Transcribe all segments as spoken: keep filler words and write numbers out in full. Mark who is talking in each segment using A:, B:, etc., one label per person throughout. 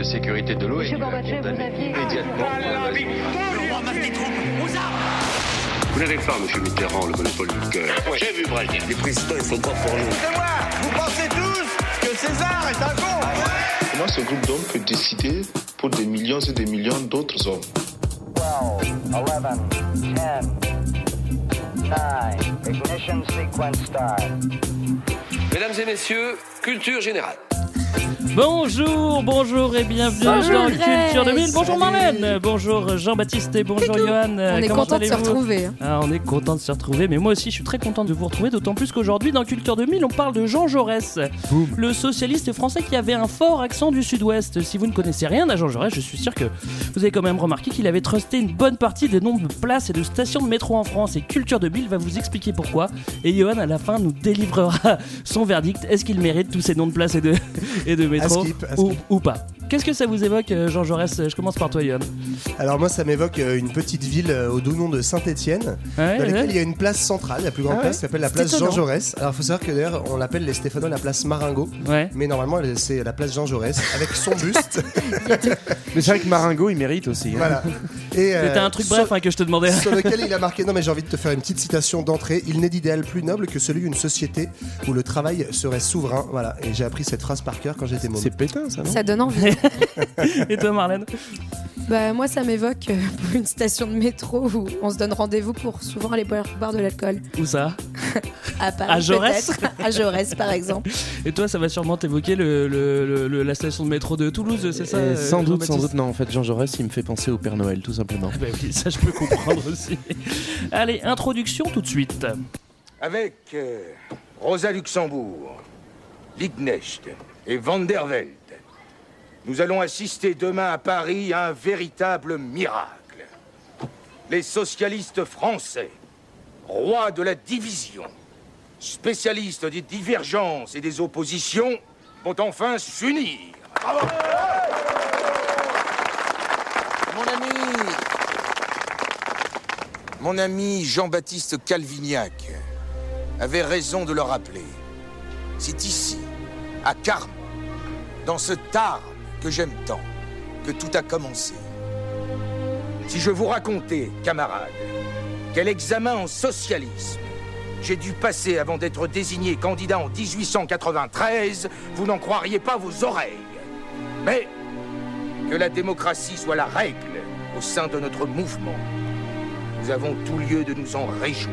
A: sécurité de l'eau et il a condamné immédiatement la
B: Vous n'avez pas, monsieur Mitterrand, le monopole du cœur.
C: Ouais. J'ai vu Brel.
B: Les présidents, ils sont pas pour nous.
D: C'est moi. Vous pensez tous que César est un con?
E: Comment ce groupe d'hommes peut décider pour des millions et des millions d'autres hommes?
F: twelve, eleven, ten, nine, ignition sequence start.
G: Mesdames et messieurs, culture générale.
H: Bonjour, bonjour et bienvenue
I: bonjour
H: dans
I: Grèce.
H: Culture deux mille. Bonjour Marlène, bonjour Jean-Baptiste et bonjour Johan.
I: On est content de se retrouver.
H: Ah, on est content de se retrouver, mais moi aussi je suis très content de vous retrouver, d'autant plus qu'aujourd'hui dans Culture deux mille on parle de Jean Jaurès, Boum. le socialiste français qui avait un fort accent du sud-ouest. Si vous ne connaissez rien à Jean Jaurès, je suis sûr que vous avez quand même remarqué qu'il avait trusté une bonne partie des noms de places et de stations de métro en France, et Culture deux mille va vous expliquer pourquoi, et Johan à la fin nous délivrera son verdict. Est-ce qu'il mérite tous ces noms de places et de, et de métro
J: skip,
H: ou, ou pas? Qu'est-ce que ça vous évoque, Jean Jaurès? Je commence par toi, Johan.
J: Alors moi, ça m'évoque une petite ville au doux nom de Saint-Étienne,
H: ouais,
J: dans
H: ouais.
J: laquelle il y a une place centrale, la plus grande
H: ah
J: place,
H: ouais.
J: qui s'appelle la
H: C'est
J: place
H: étonnant.
J: Jean Jaurès. Alors il faut savoir que d'ailleurs, on l'appelle les Stéphanois la place Maringo,
H: ouais.
J: mais normalement c'est la place Jean Jaurès, avec son buste.
K: Mais c'est vrai que Maringo, il mérite aussi. Hein.
J: Voilà. Et,
H: euh, C'était un truc bref hein, que je te demandais.
J: Sur lequel il a marqué, non mais j'ai envie de te faire une petite citation d'entrée: il n'est d'idéal plus noble que celui d'une société où le travail serait souverain. Voilà, et j'ai appris cette phrase par cœur quand j'étais môme.
K: C'est pétain ça, non?
I: Ça donne envie.
H: Et toi Marlène?
I: Bah moi ça m'évoque euh, une station de métro où on se donne rendez-vous pour souvent aller boire, boire de l'alcool.
H: Où ça?
I: À Paris,
H: à Jaurès
I: peut-être. À Jaurès par exemple.
H: Et toi ça va sûrement t'évoquer le, le, le, le, la station de métro de Toulouse, c'est ça?
K: euh, Sans doute,
H: Jean-Baptiste
K: sans doute. Non, en fait Jean Jaurès il me fait penser au Père Noël tout simplement.
H: Ah bah oui, ça je peux comprendre aussi. Allez, introduction tout de suite.
C: Avec euh, Rosa Luxembourg, Liebknecht et Van der Velde, nous allons assister demain à Paris à un véritable miracle. Les socialistes français, rois de la division, spécialistes des divergences et des oppositions, vont enfin s'unir. Bravo!
L: Mon ami, mon ami Jean-Baptiste Calvignac avait raison de le rappeler. C'est ici, à Carme, dans ce Tarn que j'aime tant, que tout a commencé.
C: Si je vous racontais, camarades, quel examen en socialisme j'ai dû passer avant d'être désigné candidat en dix-huit cent quatre-vingt-treize, vous n'en croiriez pas vos oreilles. Mais que la démocratie soit la règle au sein de notre mouvement, nous avons tout lieu de nous en réjouir.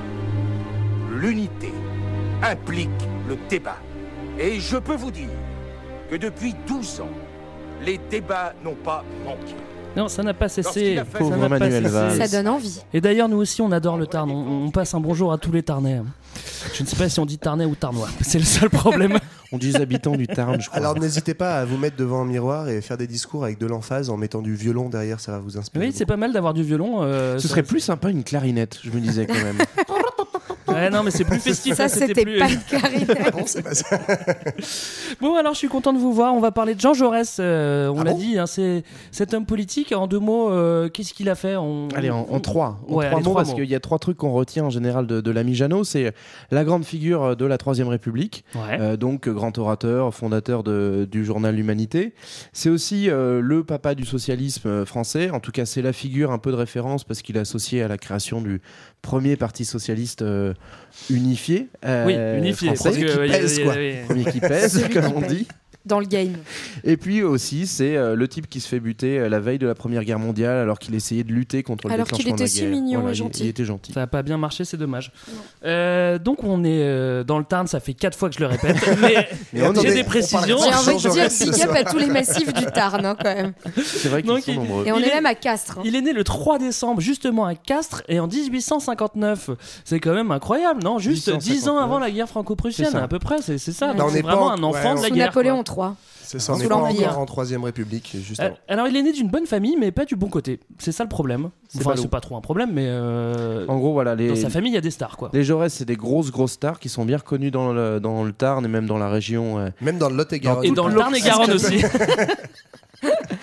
C: L'unité implique le débat. Et je peux vous dire que depuis douze ans, les débats n'ont pas manqué.
H: Non, ça n'a pas cessé. Ça
K: Pauvre
H: n'a pas
K: Manuel
H: cessé.
K: Valls.
I: Ça donne envie.
H: Et d'ailleurs, nous aussi, on adore le Tarn. On, on passe un bonjour à tous les Tarnais. Je ne sais pas si on dit Tarnais ou Tarnois. C'est le seul problème.
K: On dit les habitants du Tarn, je crois.
J: Alors n'hésitez pas à vous mettre devant un miroir et faire des discours avec de l'emphase en mettant du violon derrière, ça va vous inspirer.
H: Oui, c'est pas mal d'avoir du violon. Euh,
K: Ce
H: ça...
K: serait plus sympa une clarinette, je me disais quand même.
H: Ouais, non, mais c'est plus festif.
I: Ça,
H: là,
I: c'était
H: plus...
I: pas une clarinette.
J: Bon, c'est pas ça.
H: Bon, alors je suis content de vous voir. On va parler de Jean Jaurès. Euh, on
J: Ah
H: l'a
J: bon
H: dit, hein, c'est cet homme politique. En deux mots, euh, qu'est-ce qu'il a fait? on...
K: Allez, en, en trois. En
H: Ouais,
K: trois
H: allez,
K: mots,
H: trois
K: parce
H: mots.
K: qu'il y a trois trucs qu'on retient en général de, de l'ami Jeannot. C'est la grande figure de la Troisième République,
H: Ouais.
K: euh, donc grand orateur, fondateur de, du journal L'Humanité. C'est aussi euh, le papa du socialisme français. En tout cas, c'est la figure un peu de référence parce qu'il est associé à la création du premier parti socialiste euh, unifié. euh,
H: Oui, unifié.
K: français.
H: Parce que,
J: qui
H: ouais,
J: pèse,
H: y a-
J: quoi.
H: y a- y a-
K: Premier qui pèse,
I: Celui
K: comme
I: qui
K: on
I: pèse.
K: dit.
I: Dans le game.
K: Et puis aussi, c'est euh, le type qui se fait buter euh, la veille de la Première Guerre mondiale alors qu'il essayait de lutter contre le
I: Alors qu'il
K: déclenchement de la
I: était si
K: guerre.
I: mignon
K: Voilà,
I: et
K: il-
I: gentil.
K: Il, était gentil.
H: Ça n'a pas bien marché, c'est dommage. Euh, donc on est euh, dans le Tarn, ça fait quatre fois que je le répète, mais
J: Mais attendez,
H: j'ai des
J: on
H: précisions.
J: parle
I: J'ai envie de
J: Jean
I: dire
J: Jaurès, ce
I: big up
J: soir.
I: à tous les massifs du Tarn hein, quand même.
K: C'est vrai qu'ils
H: Donc,
K: sont
H: il-
K: nombreux.
I: Et on
H: Il
I: est
H: est-
I: même à Castres. hein.
H: Il est né le trois décembre, justement à Castres, et en dix-huit cent cinquante-neuf. C'est quand même incroyable, non? Juste dix ans avant la guerre franco-prussienne,
K: C'est ça.
H: à peu près, c'est c'est ça.
I: Ouais.
H: Donc
J: on
H: c'est
J: est pas
H: vraiment
J: en-
H: un enfant
J: ouais,
H: de la
I: Sous
H: guerre.
I: Napoléon
H: quoi.
I: trois.
J: C'est ça, on
I: Sous
J: n'est pas
I: l'Empire.
J: encore en Troisième République, juste
H: Euh,
J: avant.
H: Alors il est né d'une bonne famille, mais pas du bon côté. C'est ça le problème.
K: C'est
H: Enfin,
K: ballot.
H: c'est pas trop un problème, mais euh,
K: En gros, voilà, les,
H: dans sa famille, il y a des stars, quoi.
K: les Jaurès, c'est des grosses, grosses stars qui sont bien reconnues dans le, dans le Tarn et même dans la région. euh.
J: Même dans le Lot-et-Garonne.
H: Et dans le Tarn et Garonne aussi.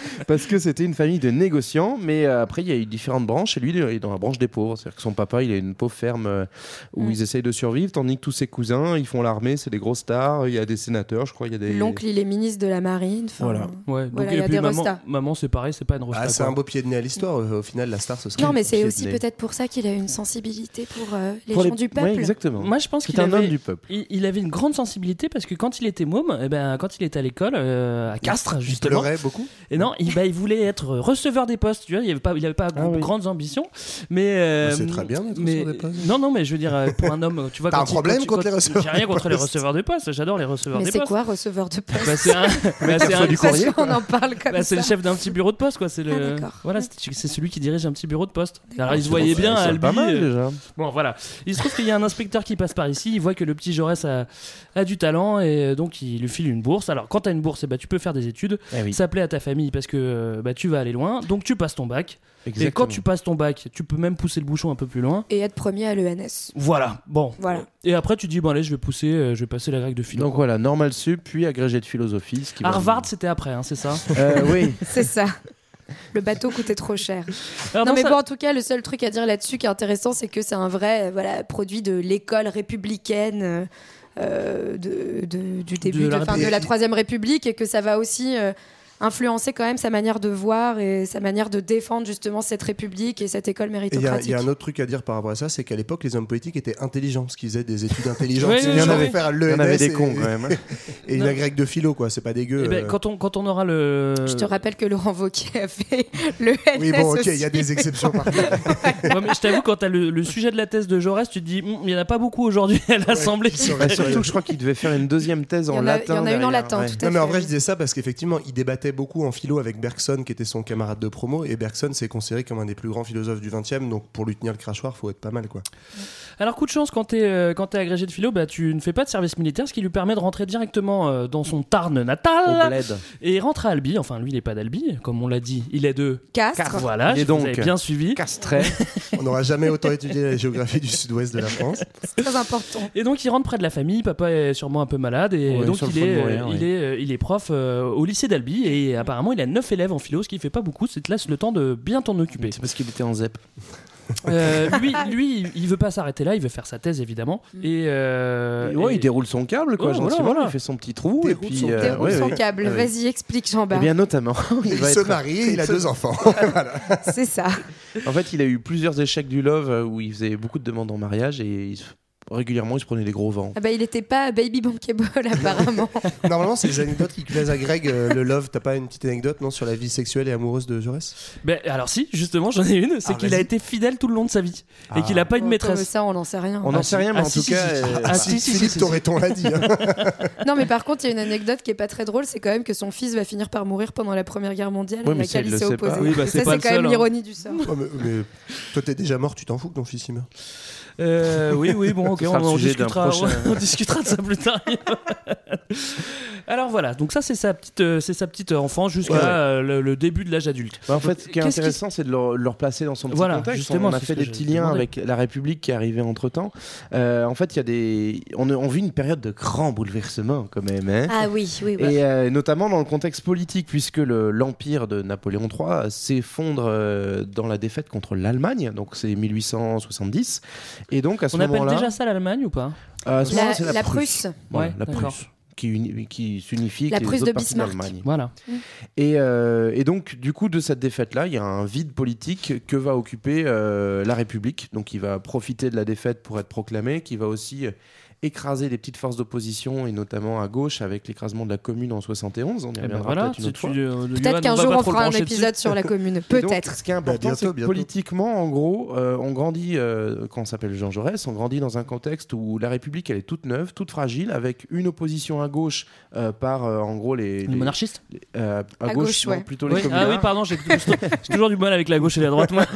K: parce que c'était une famille de négociants, mais euh, après il y a eu différentes branches et lui il est dans la branche des pauvres, c'est-à-dire que son papa il a une pauvre ferme euh, où mm. ils essayent de survivre, tandis que tous ses cousins ils font l'armée, c'est des grosses stars, il y a des sénateurs, je crois, il y a des...
I: L'oncle il est ministre de la marine,
K: voilà.
H: Ouais, donc,
I: voilà,
H: et
I: il y a
H: puis
I: des
H: maman,
I: restas.
H: maman c'est pareil, c'est pas une resta.
J: Ah, c'est un beau pied de nez à l'histoire, au final la star ce serait...
I: Non mais c'est aussi peut-être pour ça qu'il a une sensibilité pour euh, les
K: pour
I: gens
K: les...
I: du peuple.
K: Ouais, exactement.
H: Moi je pense
K: c'est
H: qu'il
K: un
H: avait...
K: homme du peuple.
H: Il, il avait une grande sensibilité parce que quand il était môme, eh ben, quand il était à l'école, euh, à Castres justement...
J: Il pleurait beaucoup.
H: Et non, il, bah, il voulait être receveur des postes, tu vois, il n'avait pas, il avait pas
K: Ah, oui.
H: grandes ambitions, mais... Euh,
J: c'est très bien d'être
H: mais,
J: receveur des postes.
H: Non, non, mais je veux dire, pour un homme, tu vois...
J: T'as
H: quand
J: un problème
H: il, quand
J: contre
H: tu,
J: les receveurs
H: J'ai rien
J: de
H: contre les
J: postes.
H: receveurs de postes, j'adore les receveurs
I: Mais
H: des
I: c'est
H: postes.
I: quoi receveur de poste?
H: Bah, c'est un, bah, c'est un
K: du courrier.
I: On en parle comme
H: bah,
I: ça.
H: c'est le chef d'un petit bureau de poste, quoi. C'est le,
I: Ah, d'accord.
H: voilà, c'est, c'est celui qui dirige un petit bureau de poste. Alors il se
K: C'est
H: voyait
K: bon,
H: bien
K: c'est
H: à Albi.
K: pas mal
H: euh,
K: déjà.
H: Bon, voilà. Il se trouve qu'il y a un inspecteur qui passe par ici. Il voit que le petit Jaurès a, a du talent et donc il lui file une bourse. Alors quand t'as une bourse, eh bah, tu peux faire des études.
K: Eh oui.
H: Ça plaît à ta famille parce que bah, tu vas aller loin. Donc tu passes ton bac.
K: Exactement.
H: Et quand tu passes ton bac, tu peux même pousser le bouchon un peu plus loin.
I: Et être premier à l'E N S.
H: Voilà. Bon.
I: Voilà.
H: Et après tu dis bon allez, je vais pousser, euh, je vais passer la grecque de philo.
K: Donc voilà, normal sup, puis agrégé de philosophie. Ce qui va-
H: Harvard, c'était après, hein, c'est ça.
K: Euh, oui.
I: C'est ça. Le bateau coûtait trop cher.
H: Alors,
I: non
H: dans
I: mais
H: ça-
I: bon, en tout cas, le seul truc à dire là-dessus qui est intéressant, c'est que c'est un vrai euh, voilà, produit de l'école républicaine euh, euh, de, de- du début,
H: De
I: de
H: la
I: la, fin,
J: République.
I: de la Troisième République, et que ça va aussi euh, influencer quand même sa manière de voir et sa manière de défendre justement cette République et cette école
J: Et il y, a-
I: méritocratique.
J: il y a un autre truc à dire par rapport à ça, c'est qu'à l'époque, les hommes politiques étaient intelligents, parce qu'ils faisaient des études intelligentes.
H: Oui,
J: C'est
H: oui,
J: bien
H: oui,
J: d'aller
H: oui.
J: faire
K: Il y en avait
J: l'E N S
K: des
J: et,
K: cons quand même. hein.
J: et une
H: Non.
J: agrègue de philo, quoi. C'est pas dégueu.
H: Eh ben,
J: euh.
H: quand, on, quand on aura le.
I: Je te rappelle que Laurent Wauquiez a fait le N S
J: Oui, bon, ok, il
I: aussi.
J: y a des exceptions partout.
H: Ouais, mais je t'avoue, quand t'as le, le sujet de la thèse de Jaurès, tu te dis, Hm, il n'y en a pas beaucoup aujourd'hui à l'Assemblée.
J: qui
K: Bah, surtout, je crois qu'il devait faire une deuxième thèse
I: Il y
K: en
I: en a-
K: latin.
I: il y en a une en
K: derrière,
I: latin,
K: ouais.
I: tout à
J: Non mais en
I: fait.
J: vrai je disais ça parce qu'effectivement il débattait beaucoup en philo avec Bergson qui était son camarade de promo, et Bergson c'est considéré comme un des plus grands philosophes du vingtième, donc pour lui tenir le crachoir faut être pas mal quoi.
H: Alors, coup de chance, quand t'es, euh, quand t'es agrégé de philo, bah, tu ne fais pas de service militaire, ce qui lui permet de rentrer directement euh, dans son Tarn
K: Au
H: natal.
K: bled.
H: Et il rentre à Albi. Enfin, lui, il n'est pas d'Albi, comme on l'a dit. Il est de
I: Castres.
H: Voilà,
K: Il est
H: je- vous
K: donc
H: avez bien suivi.
K: Castré.
J: On n'aura jamais autant étudié la géographie du sud-ouest de la France.
I: C'est très important.
H: Et donc il rentre près de la famille, papa est sûrement un peu malade et
K: Ouais,
H: donc
K: sur le
H: il
K: point de
H: est,
K: mourir,
H: euh,
K: oui.
H: il, est, euh, il est prof euh, au lycée d'Albi et apparemment il a neuf élèves en philo, ce qui fait pas beaucoup, ça te laisse le temps de bien t'en occuper.
K: C'est parce qu'il était en Z E P.
H: Euh, lui, lui, il veut pas s'arrêter là, il veut faire sa thèse évidemment. Et, euh,
K: Ouais,
H: et-
K: il déroule son câble, quoi,
H: Ouais, voilà,
K: gentiment.
H: voilà.
K: Il fait son petit trou.
J: Déroule
K: et puis,
J: son-
K: euh,
I: Déroule
K: ouais,
I: son
K: ouais.
I: câble.
K: Ah oui.
I: Vas-y, explique
K: Eh
I: Jean-Baptiste.
K: bien, notamment, il,
J: Il
K: va
J: se
K: être-
J: marie et il a deux enfants. Voilà.
I: C'est ça.
K: En fait, il a eu plusieurs échecs du love euh, où il faisait beaucoup de demandes en mariage et il se- régulièrement il se prenait des gros vents.
I: Ah bah, il était pas baby bankable apparemment.
J: Normalement c'est les anecdotes qui plaisent à Greg, euh, le love. T'as pas une petite anecdote non sur la vie sexuelle et amoureuse de Jaurès?
H: Ben, alors si, justement, j'en ai une, c'est
J: Ah,
H: qu'il
J: vas-y.
H: a été fidèle tout le long de sa vie
K: Ah.
H: et qu'il a pas une
I: Bon, comme
H: maîtresse.
I: ça, on n'en sait rien.
K: On n'en
H: Ah,
K: sait
H: si.
K: rien, mais
H: Ah,
K: en
H: si,
K: tout
H: si,
K: cas.
H: si.
K: euh,
H: Ah,
J: si,
H: si, si,
J: Philippe
H: si, si.
J: Torreton l'a dit. hein.
I: Non, mais par contre, il y a une anecdote qui est pas très drôle, c'est quand même que son fils va finir par mourir pendant la Première Guerre mondiale,
K: Ouais,
I: à
K: mais ça,
I: laquelle
K: il
I: il
K: le
I: s'est
K: sait
I: opposé.
K: pas.
H: Oui, bah,
I: Et
H: c'est
I: ça,
H: pas
I: c'est
H: le
I: quand même
H: seul, hein.
I: l'ironie du sort.
J: Ouais, mais, mais toi t'es déjà mort, tu t'en fous que ton fils il meurt?
H: Euh, oui, oui, bon, ok,
K: Ce
H: on,
K: sera le
H: on
K: sujet d'un
H: discutera,
K: prochain.
H: on discutera de ça plus tard. Alors voilà, donc ça c'est sa petite, euh, c'est sa petite enfance jusqu'à
K: Ouais, ouais.
H: euh, le, le début de l'âge adulte.
K: Bah, en fait, ce qui est
H: Qu'est-ce qui-
K: intéressant, c'est de le, le replacer dans son petit
H: Voilà,
K: contexte.
H: justement,
K: On a
H: c'est
K: fait
H: ce
K: des
H: que
K: petits
H: j'ai
K: liens
H: demandé.
K: avec la République qui est arrivée entre temps. en fait, il y a des, on, on vit une période de grands bouleversements quand même. Hein.
I: Ah oui, oui, oui.
K: Et euh, notamment dans le contexte politique, puisque le- l'empire de Napoléon trois s'effondre euh, dans la défaite contre l'Allemagne, donc c'est mille huit cent soixante-dix. Et donc à ce
H: On appelle
K: moment-là,
H: déjà ça l'Allemagne ou pas?
K: à ce
I: La-
K: moment-là, c'est la,
I: la
K: Prusse.
I: Prusse.
K: Voilà,
H: Ouais,
K: la
H: d'accord.
K: Prusse. Qui, uni- qui s'unifie
I: La
K: avec
I: Prusse
K: les
I: de
K: autres parties
I: Bismarck.
K: d'Allemagne.
H: Voilà.
K: Et, euh, et donc, du coup, de cette défaite-là, il y a un vide politique que va occuper euh, la République. Donc, il va profiter de la défaite pour être proclamé, qui va aussi euh, écraser les petites forces d'opposition, et notamment à gauche, avec l'écrasement de la Commune en soixante et onze. On y
H: Eh ben
K: reviendra
H: voilà,
K: peut-être une
H: tu-
K: autre
H: tu-
K: fois.
H: euh, Johan,
I: Peut-être qu'un
H: va
I: jour
H: pas
I: on
H: trop le
I: fera un
H: brancher
I: épisode
H: dessus.
I: sur la commune.
K: Et donc,
I: Peut-être.
K: ce qui est important,
J: Bah, bientôt,
K: c'est que
J: bientôt.
K: politiquement, en gros, euh, on grandit, euh, quand on s'appelle Jean Jaurès, on grandit dans un contexte où la République, elle est toute neuve, toute fragile, avec une opposition à gauche euh, par, euh, en gros, les...
H: Les
K: les-
H: monarchistes
K: les- euh, à,
I: À
K: gauche,
I: gauche,
K: non,
I: ouais.
K: plutôt
H: Oui.
K: les
H: Ah oui,
K: communards.
H: pardon, j'ai j'ai toujours du mal avec la gauche et la droite, moi.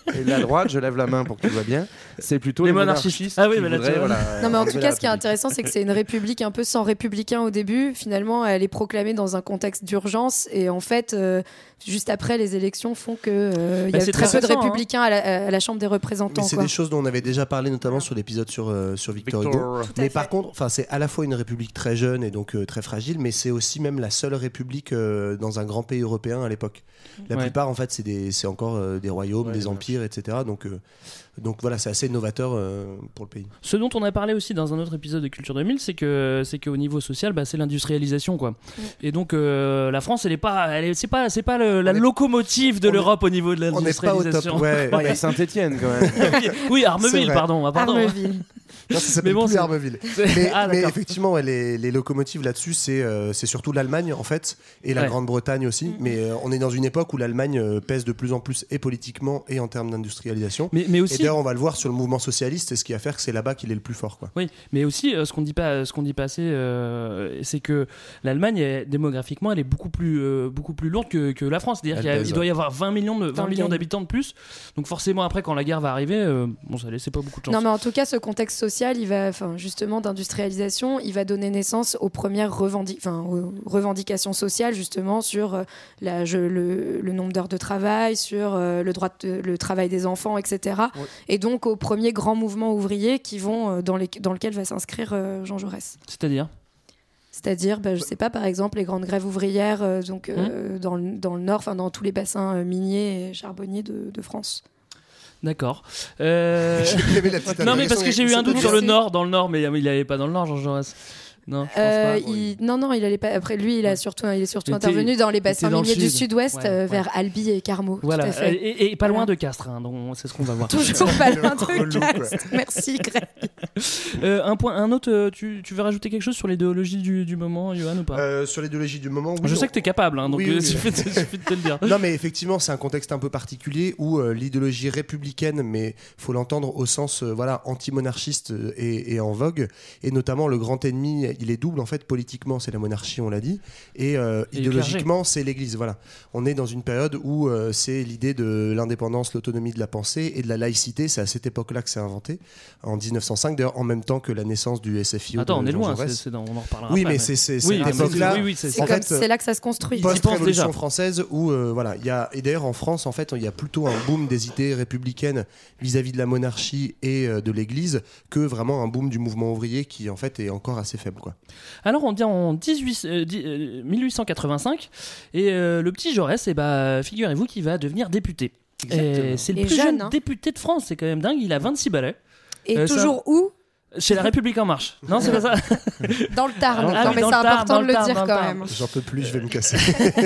K: Et la droite, je lève la main pour que tu vois bien, c'est plutôt
H: les
K: les
H: monarchistes.
K: monarchistes.
H: Ah oui,
K: qui
H: mais là,
K: voudraient,
H: tu vois.
K: voilà,
I: Non mais en
K: enlever
I: tout
K: la
I: cas ce qui est
K: République.
I: intéressant c'est que c'est une république un peu sans républicain au début. Finalement elle est proclamée dans un contexte d'urgence et en fait euh, juste après les élections font que euh, il
H: Bah,
I: y a
H: c'est
I: très
H: très
I: peu de
H: récent,
I: républicains à, la, à la Chambre des représentants.
J: Mais c'est
I: quoi.
J: des choses dont on avait déjà parlé notamment sur l'épisode sur, euh, sur Victor,
K: Victor.
J: Hugo.
I: Tout à
J: Mais
I: fait.
J: par contre, enfin, c'est à la fois une république très jeune et donc euh, très fragile, mais c'est aussi même la seule république euh, dans un grand pays européen à l'époque. La
H: Ouais.
J: plupart, en fait, c'est, des, c'est encore euh, des royaumes,
K: Ouais,
J: des
K: ouais.
J: empires, et cetera. Donc, euh, donc voilà, c'est assez novateur euh, pour le pays.
H: Ce dont on a parlé aussi dans un autre épisode de Culture deux mille, c'est que c'est qu'au niveau social, bah, c'est l'industrialisation, quoi. Et donc euh, la France, elle est pas, elle est, c'est pas, c'est pas le- la
J: On est-
H: locomotive de
J: on est-
H: l'Europe au niveau de
J: On n'est pas au top.
H: l'industrialisation.
J: Ouais,
K: Ouais, il y a Saint-Étienne quand même.
H: Oui,
J: C'est
H: Armeville,
J: vrai.
H: pardon. ah, pardon.
I: Armeville.
J: Non, ça s'appelle
H: Mais bon,
J: plus
H: c'est-
J: Armeville.
H: c'est-
J: Mais,
H: Ah,
J: mais
H: d'accord.
J: effectivement, ouais, les, les locomotives là-dessus, c'est, euh, c'est surtout l'Allemagne en fait, et la
H: Ouais.
J: Grande-Bretagne aussi. Mais euh, on est dans une époque où l'Allemagne euh, pèse de plus en plus, et politiquement, et en termes d'industrialisation.
H: Mais, mais
J: Et
H: aussi,
J: d'ailleurs, on va le voir sur le mouvement socialiste, et ce qui va faire que c'est là-bas qu'il est le plus fort. Quoi.
H: oui, mais aussi, euh, ce qu'on dit pas, ce qu'on dit pas assez, euh, c'est que l'Allemagne, est- démographiquement, elle est beaucoup plus, euh, beaucoup plus lourde que, que la France. C'est-à-dire
J: Elle
H: qu'il y a-
J: pèse,
H: il doit y avoir vingt millions, de, vingt
I: le
H: millions
I: game.
H: d'habitants de plus. Donc forcément, après, quand la guerre va arriver, euh, bon, ça laissait pas beaucoup de chance.
I: Non mais en tout cas ce contexte social il va, enfin justement d'industrialisation, il va donner naissance aux premières revendi- enfin, aux revendications sociales justement sur euh, la, je- le, le nombre d'heures de travail, sur euh, le droit de, le travail des enfants, et cetera.
J: Ouais.
I: Et donc aux premiers grands mouvements ouvriers qui vont euh, dans, les, dans lequel va s'inscrire euh, Jean Jaurès.
H: C'est-à-dire
I: C'est-à-dire, bah, je sais pas, par exemple, les grandes grèves ouvrières euh, donc, euh, dans, le, dans le nord, enfin dans tous les bassins euh, miniers et charbonniers de, de France.
H: D'accord. Euh...
J: J'ai aimé la petite
H: non, mais parce que j'ai eu un doute sur le
I: Merci.
H: nord, dans le nord, mais il n'allait pas dans le nord, Jean Jaurès. Non, je pense
I: Euh,
H: pas.
I: il- Non, non, il allait pas. Après, lui, il a surtout, il est surtout
H: Il était-
I: intervenu dans les
H: il était
I: bassins
H: dans le
I: miniers du
H: sud.
I: Sud-Ouest,
H: Ouais,
I: euh,
H: ouais.
I: vers Albi et Carmaux.
H: Voilà,
I: Tout à fait.
H: et, et pas loin
I: Voilà.
H: de Castres, hein, donc c'est ce qu'on va voir.
I: Toujours pas loin de
J: Relou, quoi.
I: Castres. Merci, Greg.
H: Euh, un point, un autre. euh, Tu, tu veux rajouter quelque chose sur l'idéologie du, du moment, Johan, ou pas
J: Euh, sur l'idéologie du moment, oui,
H: Je
J: on-
H: sais que t'es capable, hein, donc
J: Oui,
H: euh,
J: oui.
H: suffit, de, suffit de te le dire.
J: Non, mais effectivement, c'est un contexte un peu particulier où euh, l'idéologie républicaine, mais faut l'entendre au sens euh, voilà anti-monarchiste euh, est, est en vogue, et notamment le grand ennemi, il est double en fait. Politiquement, c'est la monarchie, on l'a dit, et, euh,
H: Et le
J: idéologiquement, c'est l'Église. Voilà, on est dans une période où euh, c'est l'idée de l'indépendance, l'autonomie de la pensée et de la laïcité. C'est à cette époque-là que c'est inventé, en dix-neuf cent cinq, d'ailleurs, en même temps que la naissance du S F I O.
H: Attends,
J: de
H: on est
J: Jean
H: loin,
J: Jaurès.
H: c'est, c'est dans- on en reparlera
J: Oui,
H: après,
J: mais c'est c'est
H: Oui,
J: cette
H: ah, c'est-
J: époque-là.
H: oui, oui, c'est-
I: C'est
J: en
I: comme-
J: fait,
I: c'est là que ça se construit.
H: Ils y pensent
J: Post-révolution
H: déjà.
J: française où euh, voilà, il y a et d'ailleurs en France en fait il y a plutôt un boom des idées républicaines vis-à-vis de la monarchie et euh, de l'Église que vraiment un boom du mouvement ouvrier qui en fait est encore assez faible quoi.
H: Alors on dit en dix-huit, euh, dix- euh, mille huit cent quatre-vingt-cinq, et euh, le petit Jaurès, eh bah, figurez-vous qu'il va devenir député. Et c'est le
I: Et
H: plus
I: jeune,
H: jeune
I: hein.
H: député de France, c'est quand même dingue, il a vingt-six balais.
I: Et
H: Euh, ça-
I: toujours où
H: Chez La République En Marche. Non, c'est pas ça.
I: Dans le Tarn.
H: Ah
I: non,
H: oui,
I: mais
H: dans
I: c'est
H: le Tarn,
I: important
H: dans
I: de
H: le
I: le
H: Tarn,
I: dire
H: dans le
I: quand
H: Tarn.
I: même.
J: J'en peux plus, je vais me casser.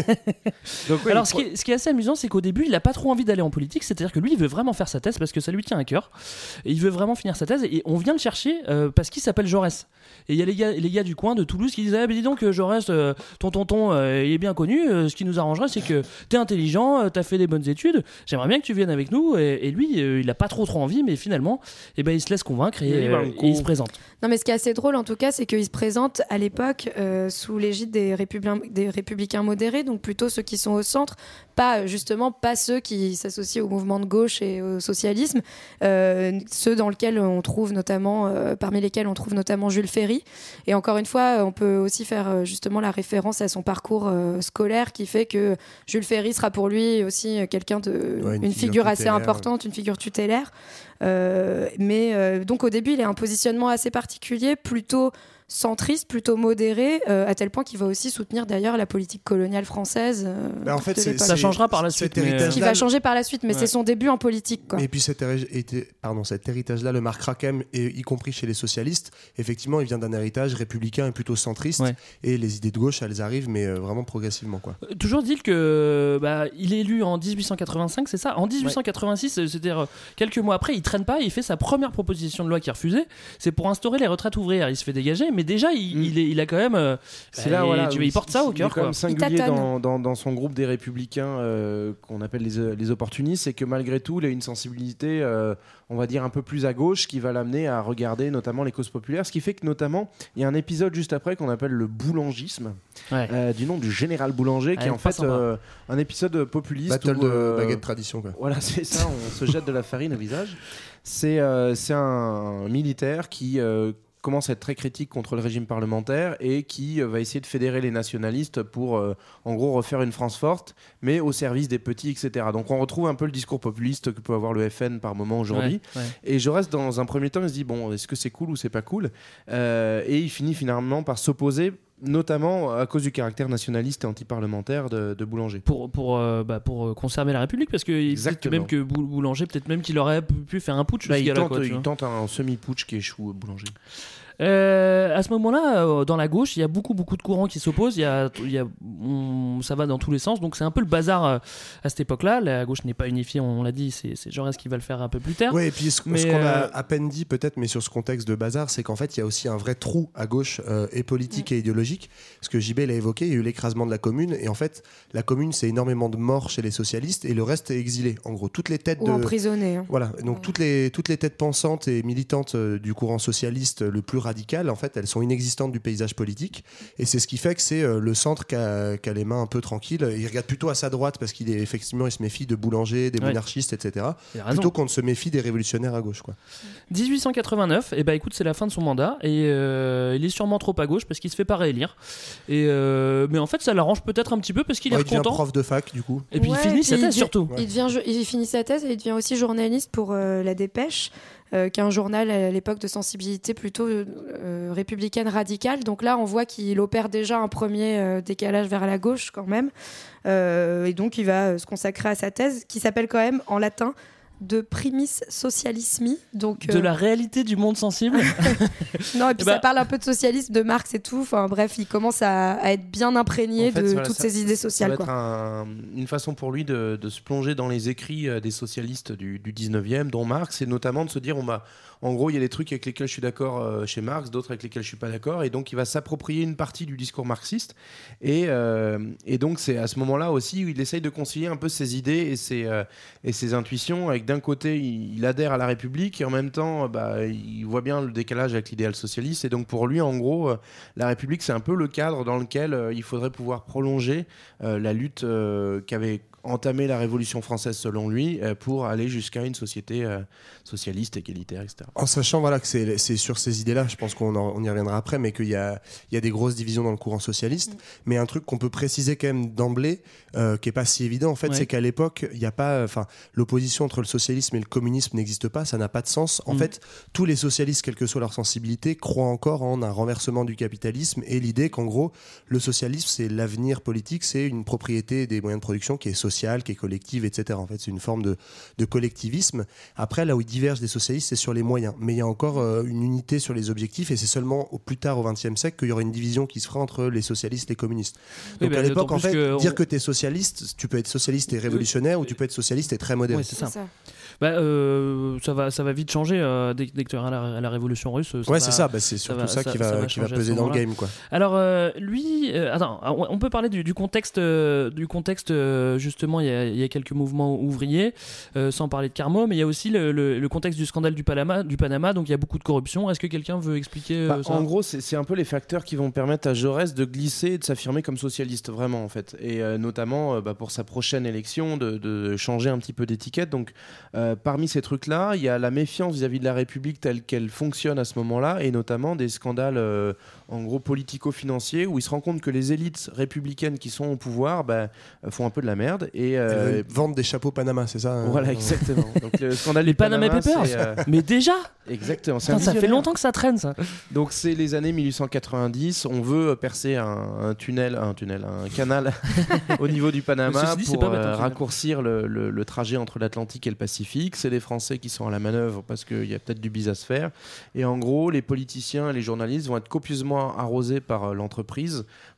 K: Donc, oui,
H: Alors
K: il
H: ce qui, est, ce qui est assez amusant, c'est qu'au début, il a pas trop envie d'aller en politique, c'est-à-dire que lui, il veut vraiment faire sa thèse parce que ça lui tient à cœur. Et il veut vraiment finir sa thèse, et on vient le chercher euh, parce qu'il s'appelle Jaurès. Et il y a les gars, les gars du coin de Toulouse qui disent ah, bah, dis donc, Jaurès, euh, ton tonton, euh, il est bien connu. euh, ce qui nous arrangerait, c'est que t'es intelligent, euh, t'as fait des bonnes études. J'aimerais bien que tu viennes avec nous. Et, et lui, euh, il a pas trop trop envie, mais finalement, eh ben, il se laisse convaincre et,
K: Il va
H: euh,
K: en
H: et il se présente.
I: Non, mais ce qui est assez drôle en tout cas, c'est qu'il se présente à l'époque euh, sous l'égide des, républicains- des républicains modérés, donc plutôt ceux qui sont au centre, pas justement pas ceux qui s'associent au mouvement de gauche et au socialisme, euh, ceux dans lesquels on trouve notamment, euh, parmi lesquels on trouve notamment Jules Ferry. Et encore une fois, on peut aussi faire euh, justement la référence à son parcours euh, scolaire qui fait que Jules Ferry sera pour lui aussi euh, quelqu'un de,
J: Ouais,
I: une,
J: une
I: figure,
J: figure
I: assez
J: tutélaire,
I: importante, une figure tutélaire. Euh, mais euh, donc au début, il a un positionnement assez particulier, plutôt centriste, plutôt modéré, euh, à tel point qu'il va aussi soutenir d'ailleurs la politique coloniale française. euh,
J: Bah, en fait,
I: de
J: c'est-
I: l'époque.
H: Ça changera par la suite,
J: Cet
H: mais, euh,
J: héritage-là,
I: Qui va changer par la suite, mais
H: Ouais.
I: c'est son début en politique, quoi.
J: Et puis cet, héri- été- pardon, cet héritage-là le marquera quand même, et y compris chez les socialistes. Effectivement, il vient d'un héritage républicain et plutôt centriste.
H: Ouais.
J: Et les idées de gauche, elles arrivent, mais euh, vraiment progressivement. Quoi.
H: Euh, Toujours dit que bah, il est élu en dix-huit cent quatre-vingt-cinq, c'est ça. En dix-huit cent quatre-vingt-six, euh, c'est-à-dire euh, quelques mois après, il traîne pas, il fait sa première proposition de loi qui est refusée. C'est pour instaurer les retraites ouvrières. Il se fait dégager, mais mais déjà il, mm. il, est, il a quand même. Euh,
K: c'est là, voilà,
H: tu, il porte ça au cœur.
K: Il est quand même singulier dans, dans, dans son groupe des Républicains euh, qu'on appelle les, les opportunistes, c'est que malgré tout, il a une sensibilité, euh, on va dire un peu plus à gauche, qui va l'amener à regarder notamment les causes populaires, ce qui fait que notamment il y a un épisode juste après qu'on appelle le boulangisme, ouais. euh, du nom du général Boulanger, qui est en fait euh, un épisode populiste.
J: Battle
K: où, euh,
J: de baguette tradition, quoi.
K: Voilà, c'est ça, on se jette de la farine au visage. C'est, euh, c'est un militaire qui euh, commence à être très critique contre le régime parlementaire et qui euh, va essayer de fédérer les nationalistes pour, euh, en gros, refaire une France forte, mais au service des petits, et cetera. Donc on retrouve un peu le discours populiste que peut avoir le F N par moment aujourd'hui. Ouais, ouais. Et Jaurès, dans un premier temps, il se dit, bon, est-ce que c'est cool ou c'est pas cool euh, Et il finit finalement par s'opposer, notamment à cause du caractère nationaliste et anti-parlementaire de, de Boulanger.
H: Pour, pour, euh, bah, pour conserver la République, parce que peut-être même que Boulanger, peut-être même qu'il aurait pu faire un putsch.
K: Bah, il,
H: tente,
K: quoi, il tente un semi-putsch qui échoue, Boulanger.
H: Euh, à ce moment-là, euh, dans la gauche, il y a beaucoup, beaucoup de courants qui s'opposent. Il y a, il y a, on, ça va dans tous les sens. Donc c'est un peu le bazar euh, à cette époque-là. La gauche n'est pas unifiée, on, on l'a dit. C'est, c'est Jaurès qui va le faire un peu plus tard.
J: Oui, et puis ce, mais ce qu'on euh... a à peine dit peut-être, mais sur ce contexte de bazar, c'est qu'en fait, il y a aussi un vrai trou à gauche euh, et politique mmh. et idéologique. Parce que J B l'a évoqué, il y a eu l'écrasement de la Commune. Et en fait, la Commune, c'est énormément de morts chez les socialistes et le reste est exilé. En gros, toutes les têtes
I: Ou
J: de...
I: emprisonnées. Hein.
J: Voilà. Donc
I: ouais.
J: toutes les toutes les têtes pensantes et militantes euh, du courant socialiste le plus radical, en fait, elles sont inexistantes du paysage politique, et c'est ce qui fait que c'est euh, le centre qui a, qui a les mains un peu tranquilles. Il regarde plutôt à sa droite parce qu'il est effectivement, il se méfie de Boulanger, des ouais. monarchistes, et cetera. Plutôt qu'on ne se méfie des révolutionnaires à gauche, quoi.
H: dix-huit cent quatre-vingt-neuf, et bah écoute, c'est la fin de son mandat, et euh, il est sûrement trop à gauche parce qu'il se fait pas réélire. Et euh, mais en fait, ça l'arrange peut-être un petit peu parce qu'il
J: ouais,
H: est
J: il devient
H: content.
J: Prof de fac, du coup.
H: Et puis
I: ouais,
H: il finit
I: puis
H: sa thèse
I: il
H: surtout.
I: Il, devient, il finit sa thèse et il devient aussi journaliste pour euh, La Dépêche. Euh, qui est un journal à l'époque de sensibilité plutôt euh, républicaine radicale. Donc là, on voit qu'il opère déjà un premier euh, décalage vers la gauche quand même. Euh, et donc, il va euh, se consacrer à sa thèse qui s'appelle quand même en latin de primis socialismi, donc
H: de
I: euh...
H: la réalité du monde sensible.
I: Non, et puis
H: bah...
I: ça parle un peu de socialisme, de Marx et tout. Enfin bref, il commence à, à être bien imprégné en fait, de voilà, toutes
K: ça,
I: ces idées sociales.
K: Ça va
I: quoi.
K: être un, une façon pour lui de, de se plonger dans les écrits des socialistes du, du dix-neuvième, dont Marx, et notamment de se dire, on va, en gros, il y a des trucs avec lesquels je suis d'accord chez Marx, d'autres avec lesquels je suis pas d'accord, et donc il va s'approprier une partie du discours marxiste. Et, euh, et donc c'est à ce moment-là aussi où il essaye de concilier un peu ses idées et ses, euh, et ses intuitions avec d'un côté, il adhère à la République et en même temps, bah, il voit bien le décalage avec l'idéal socialiste. Et donc, pour lui, en gros, euh, la République, c'est un peu le cadre dans lequel euh, il faudrait pouvoir prolonger euh, la lutte euh, qu'avait entamé la Révolution française, selon lui, euh, pour aller jusqu'à une société euh, socialiste, égalitaire, et cetera.
J: En sachant voilà, que c'est, c'est sur ces idées-là, je pense qu'on en, on y reviendra après, mais qu'il y a, il y a des grosses divisions dans le courant socialiste. Mmh. Mais un truc qu'on peut préciser quand même d'emblée, euh, qui n'est pas si évident, en fait, ouais. c'est qu'à l'époque, il y a pas, enfin, l'opposition entre le socialisme et le communisme n'existe pas, ça n'a pas de sens. En mmh. fait, tous les socialistes, quelle que soit leur sensibilité, croient encore en un renversement du capitalisme et l'idée qu'en gros, le socialisme, c'est l'avenir politique, c'est une propriété des moyens de production qui est sociale, qui est collective, et cetera. En fait, c'est une forme de, de collectivisme. Après, là où ils divergent des socialistes, c'est sur les moyens. Mais il y a encore euh, une unité sur les objectifs, et c'est seulement au plus tard, au vingtième siècle, qu'il y aura une division qui se fera entre les socialistes et les communistes. Donc oui, à l'époque, en fait, que dire on... que tu es socialiste, tu peux être socialiste et révolutionnaire, oui. ou tu peux être socialiste et très moderne.
H: Oui, c'est ça. C'est ça. Bah, euh, ça, va, ça va vite changer euh, dès, dès que tu auras la, la révolution russe. Ça
J: ouais,
H: va,
J: c'est ça, bah, c'est surtout ça, ça, ça, qui, va, ça va qui va peser dans le game. Quoi.
H: Alors, euh, lui, euh, attends, on peut parler du, du contexte, euh, du contexte euh, justement, il y, a, il y a quelques mouvements ouvriers, euh, sans parler de Carmo, mais il y a aussi le, le, le contexte du scandale du Panama, du Panama, donc il y a beaucoup de corruption. Est-ce que quelqu'un veut expliquer euh,
K: bah,
H: ça ?
K: En gros, c'est, c'est un peu les facteurs qui vont permettre à Jaurès de glisser et de s'affirmer comme socialiste, vraiment, en fait. Et euh, notamment, euh, bah, pour sa prochaine élection, de, de changer un petit peu d'étiquette. Donc, euh, parmi ces trucs-là, il y a la méfiance vis-à-vis de la République telle qu'elle fonctionne à ce moment-là, et notamment des scandales euh, en gros politico-financiers où il se rend compte que les élites républicaines qui sont au pouvoir bah, font un peu de la merde et euh,
J: vendent des chapeaux Panama, c'est ça hein
K: voilà, exactement. Donc le scandale
H: les Panama, Panama Papers, euh... mais déjà
K: exactement.
H: Putain, ça fait longtemps que ça traîne ça.
K: Donc c'est les années mille huit cent quatre-vingt-dix. On veut percer un, un tunnel, un tunnel, un canal au niveau du Panama dit, pour euh, raccourcir le, le, le trajet entre l'Atlantique et le Pacifique. C'est les Français qui sont à la manœuvre parce qu'il y a peut-être du bis à se faire. Et en gros, les politiciens et les journalistes vont être copieusement arrosés par euh, l'entreprise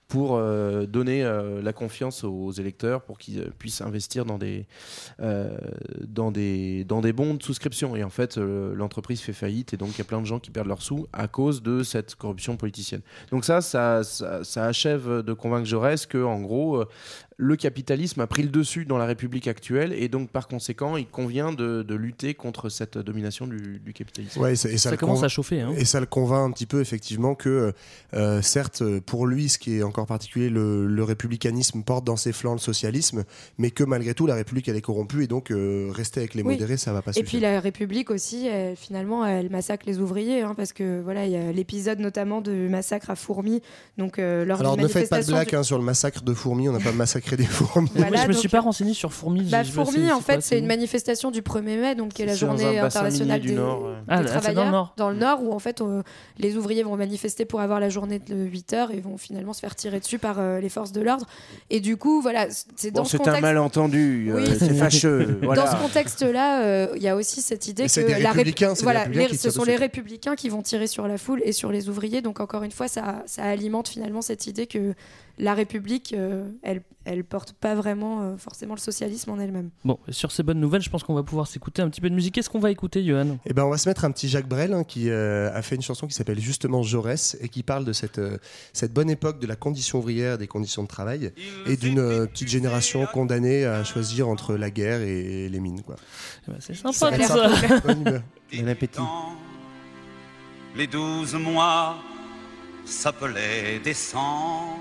K: pour euh, donner euh, la confiance aux électeurs pour qu'ils euh, puissent investir dans des, euh, dans, des, dans des bons de souscription. Et en fait, euh, l'entreprise fait faillite et donc il y a plein de gens qui perdent leurs sous à cause de cette corruption politicienne. Donc ça, ça, ça, ça achève de convaincre Jaurès que, en gros, euh, le capitalisme a pris le dessus dans la République actuelle et donc par conséquent, il convient de, de lutter contre cette domination du, du capitalisme.
J: Ouais, et ça, et ça,
H: ça commence
J: convainc...
H: à chauffer. Hein.
J: Et ça le convainc un petit peu, effectivement, que euh, certes, pour lui, ce qui est encore particulier, le, le républicanisme porte dans ses flancs le socialisme, mais que malgré tout, la République, elle est corrompue et donc euh, rester avec les
I: Oui.
J: modérés, ça va pas
I: Et
J: suffire.
I: puis la République aussi, elle, finalement, elle massacre les ouvriers, hein, parce que voilà, il y a l'épisode notamment de massacre à Fourmi. Donc, euh, lors
J: Alors
I: d'une
J: ne faites pas de
I: manifestation
J: blague
I: du-
J: hein, sur le massacre de Fourmis, on n'a pas massacré des fourmis.
I: Voilà,
H: je me
I: donc-
H: suis pas renseigné sur Fourmis.
I: Bah,
H: je- je sais-
I: Fourmi, en
H: c'est quoi,
I: fait, c'est une
H: où
I: manifestation du premier mai, donc qui est la
K: C'est dans
I: journée
K: un bassin
I: internationale
K: minier
I: des,
K: du Nord, ouais.
I: des
H: Ah, c'est dans le
I: travailleurs
H: Nord.
I: dans le Nord, où en fait euh, les ouvriers vont manifester pour avoir la journée de huit heures et vont finalement se faire tirer dessus par euh, les forces de l'ordre. Et du coup, voilà, c'est dans
K: Bon,
I: ce
K: c'est
I: contexte.
K: un malentendu, euh,
I: Oui.
K: c'est fâcheux. Voilà.
I: Dans ce contexte-là, euh, il y a aussi cette idée
J: Et
I: que
J: c'est des
I: la rép-
J: républicains, c'est des
I: voilà,
J: républicains
I: les-
J: qui
I: ce
J: tirent
I: sont
J: dessus.
I: les républicains qui vont tirer sur la foule et sur les ouvriers. Donc encore une fois, ça, ça alimente finalement cette idée que la République, euh, elle, elle porte pas vraiment euh, forcément le socialisme en elle-même.
H: Bon, sur ces bonnes nouvelles, je pense qu'on va pouvoir s'écouter un petit peu de musique. Qu'est-ce qu'on va écouter, Johan?
J: Eh ben, on va se mettre un petit Jacques Brel hein, qui euh, a fait une chanson qui s'appelle justement Jaurès et qui parle de cette, euh, cette bonne époque de la condition ouvrière, des conditions de travail et d'une euh, petite génération condamnée à choisir entre la guerre et les mines. Quoi.
H: Eh ben, c'est sympa
J: Ça
H: tout
J: va être
H: ça.
J: sympa. Bonne humeur.
K: Bon appétit.
D: Les douze mois s'appelaient décembre.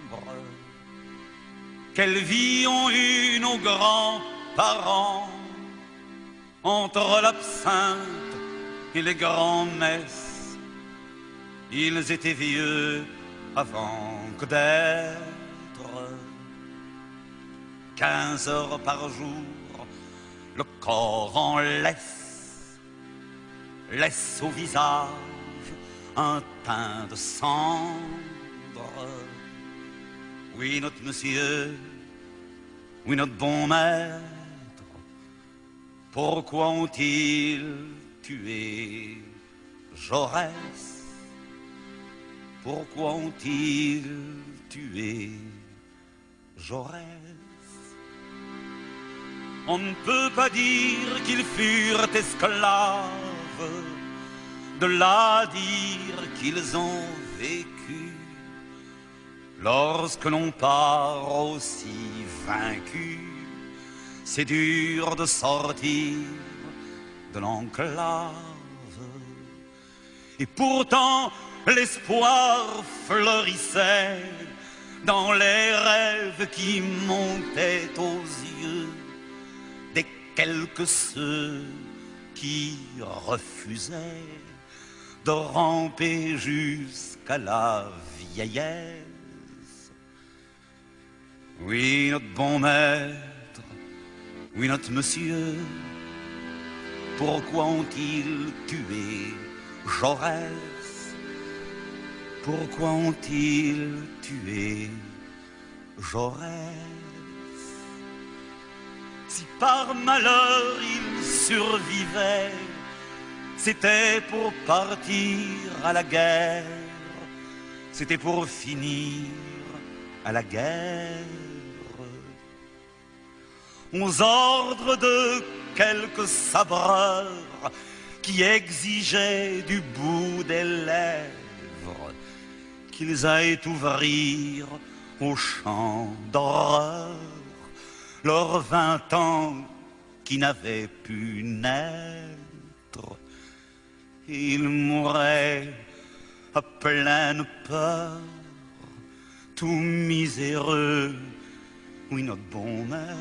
D: Quelle vie ont eu nos grands-parents entre l'absinthe et les grands-messes. Ils étaient vieux avant que d'être. Quinze heures par jour, le corps en laisse, laisse au visage un teint de cendre. Oui, notre monsieur, oui, notre bon maître, pourquoi ont-ils tué Jaurès? Pourquoi ont-ils tué Jaurès? On ne peut pas dire qu'ils furent esclaves, de là dire qu'ils ont vécu. Lorsque l'on part aussi vaincu, c'est dur de sortir de l'enclave. Et pourtant, l'espoir fleurissait dans les rêves qui montaient aux yeux des quelques ceux qui refusaient de ramper jusqu'à la vieillesse. Oui, notre bon maître, oui, notre monsieur, pourquoi ont-ils tué Jaurès? Pourquoi ont-ils tué Jaurès? Si par malheur il survivait, c'était pour partir à la guerre, c'était pour finir à la guerre. Aux ordres de quelques sabreurs qui exigeaient du bout des lèvres qu'ils aillent ouvrir au champ d'horreur leurs vingt ans qui n'avaient pu naître. Ils mouraient à pleine peur, tout miséreux, oui, notre bon maître,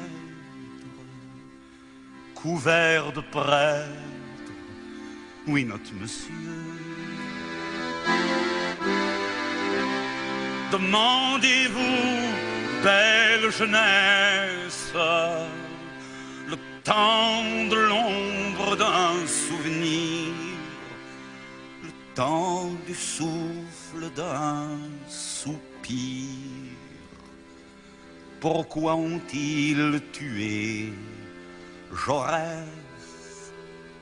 D: couvert de prêtres, oui, notre monsieur. Demandez-vous, belle jeunesse, le temps de l'ombre d'un souvenir, le temps du souffle d'un soupir. Pourquoi ont-ils tué Jaurès?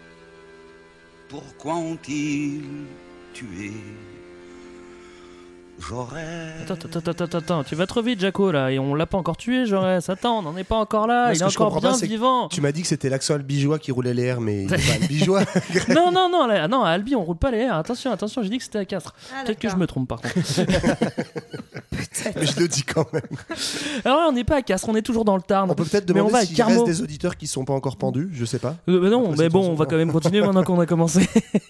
D: Pourquoi ont-ils tué Jaurès.
H: Attends, attends, attends, attends, attends, tu vas trop vite, Jaco, là, et on l'a pas encore tué, Jaurès. Attends, on n'en est pas encore là,
J: Moi,
H: il
J: ce
H: est
J: que je
H: encore
J: comprends
H: bien
J: pas, c'est que
H: vivant.
J: Tu m'as dit que c'était l'accent albigeois qui roulait les airs, mais il est pas albigeois.
H: non, non, non, là, non, à Albi, on roule pas les airs. Attention, attention, j'ai dit que c'était à Castres.
I: Ah,
H: Peut-être que je me trompe, par contre.
J: Mais je le dis quand même.
H: Alors là, on n'est pas à Castres, on est toujours dans le Tarn.
J: On peut peut-être
H: mais on
J: demander
H: va à
J: s'il
H: Carmaux.
J: reste des auditeurs qui sont pas encore pendus, je sais pas.
H: Euh, bah non,
J: Après,
H: mais
J: c'est
H: bon,
J: tout
H: on va
J: son
H: quand même continuer maintenant qu'on a commencé.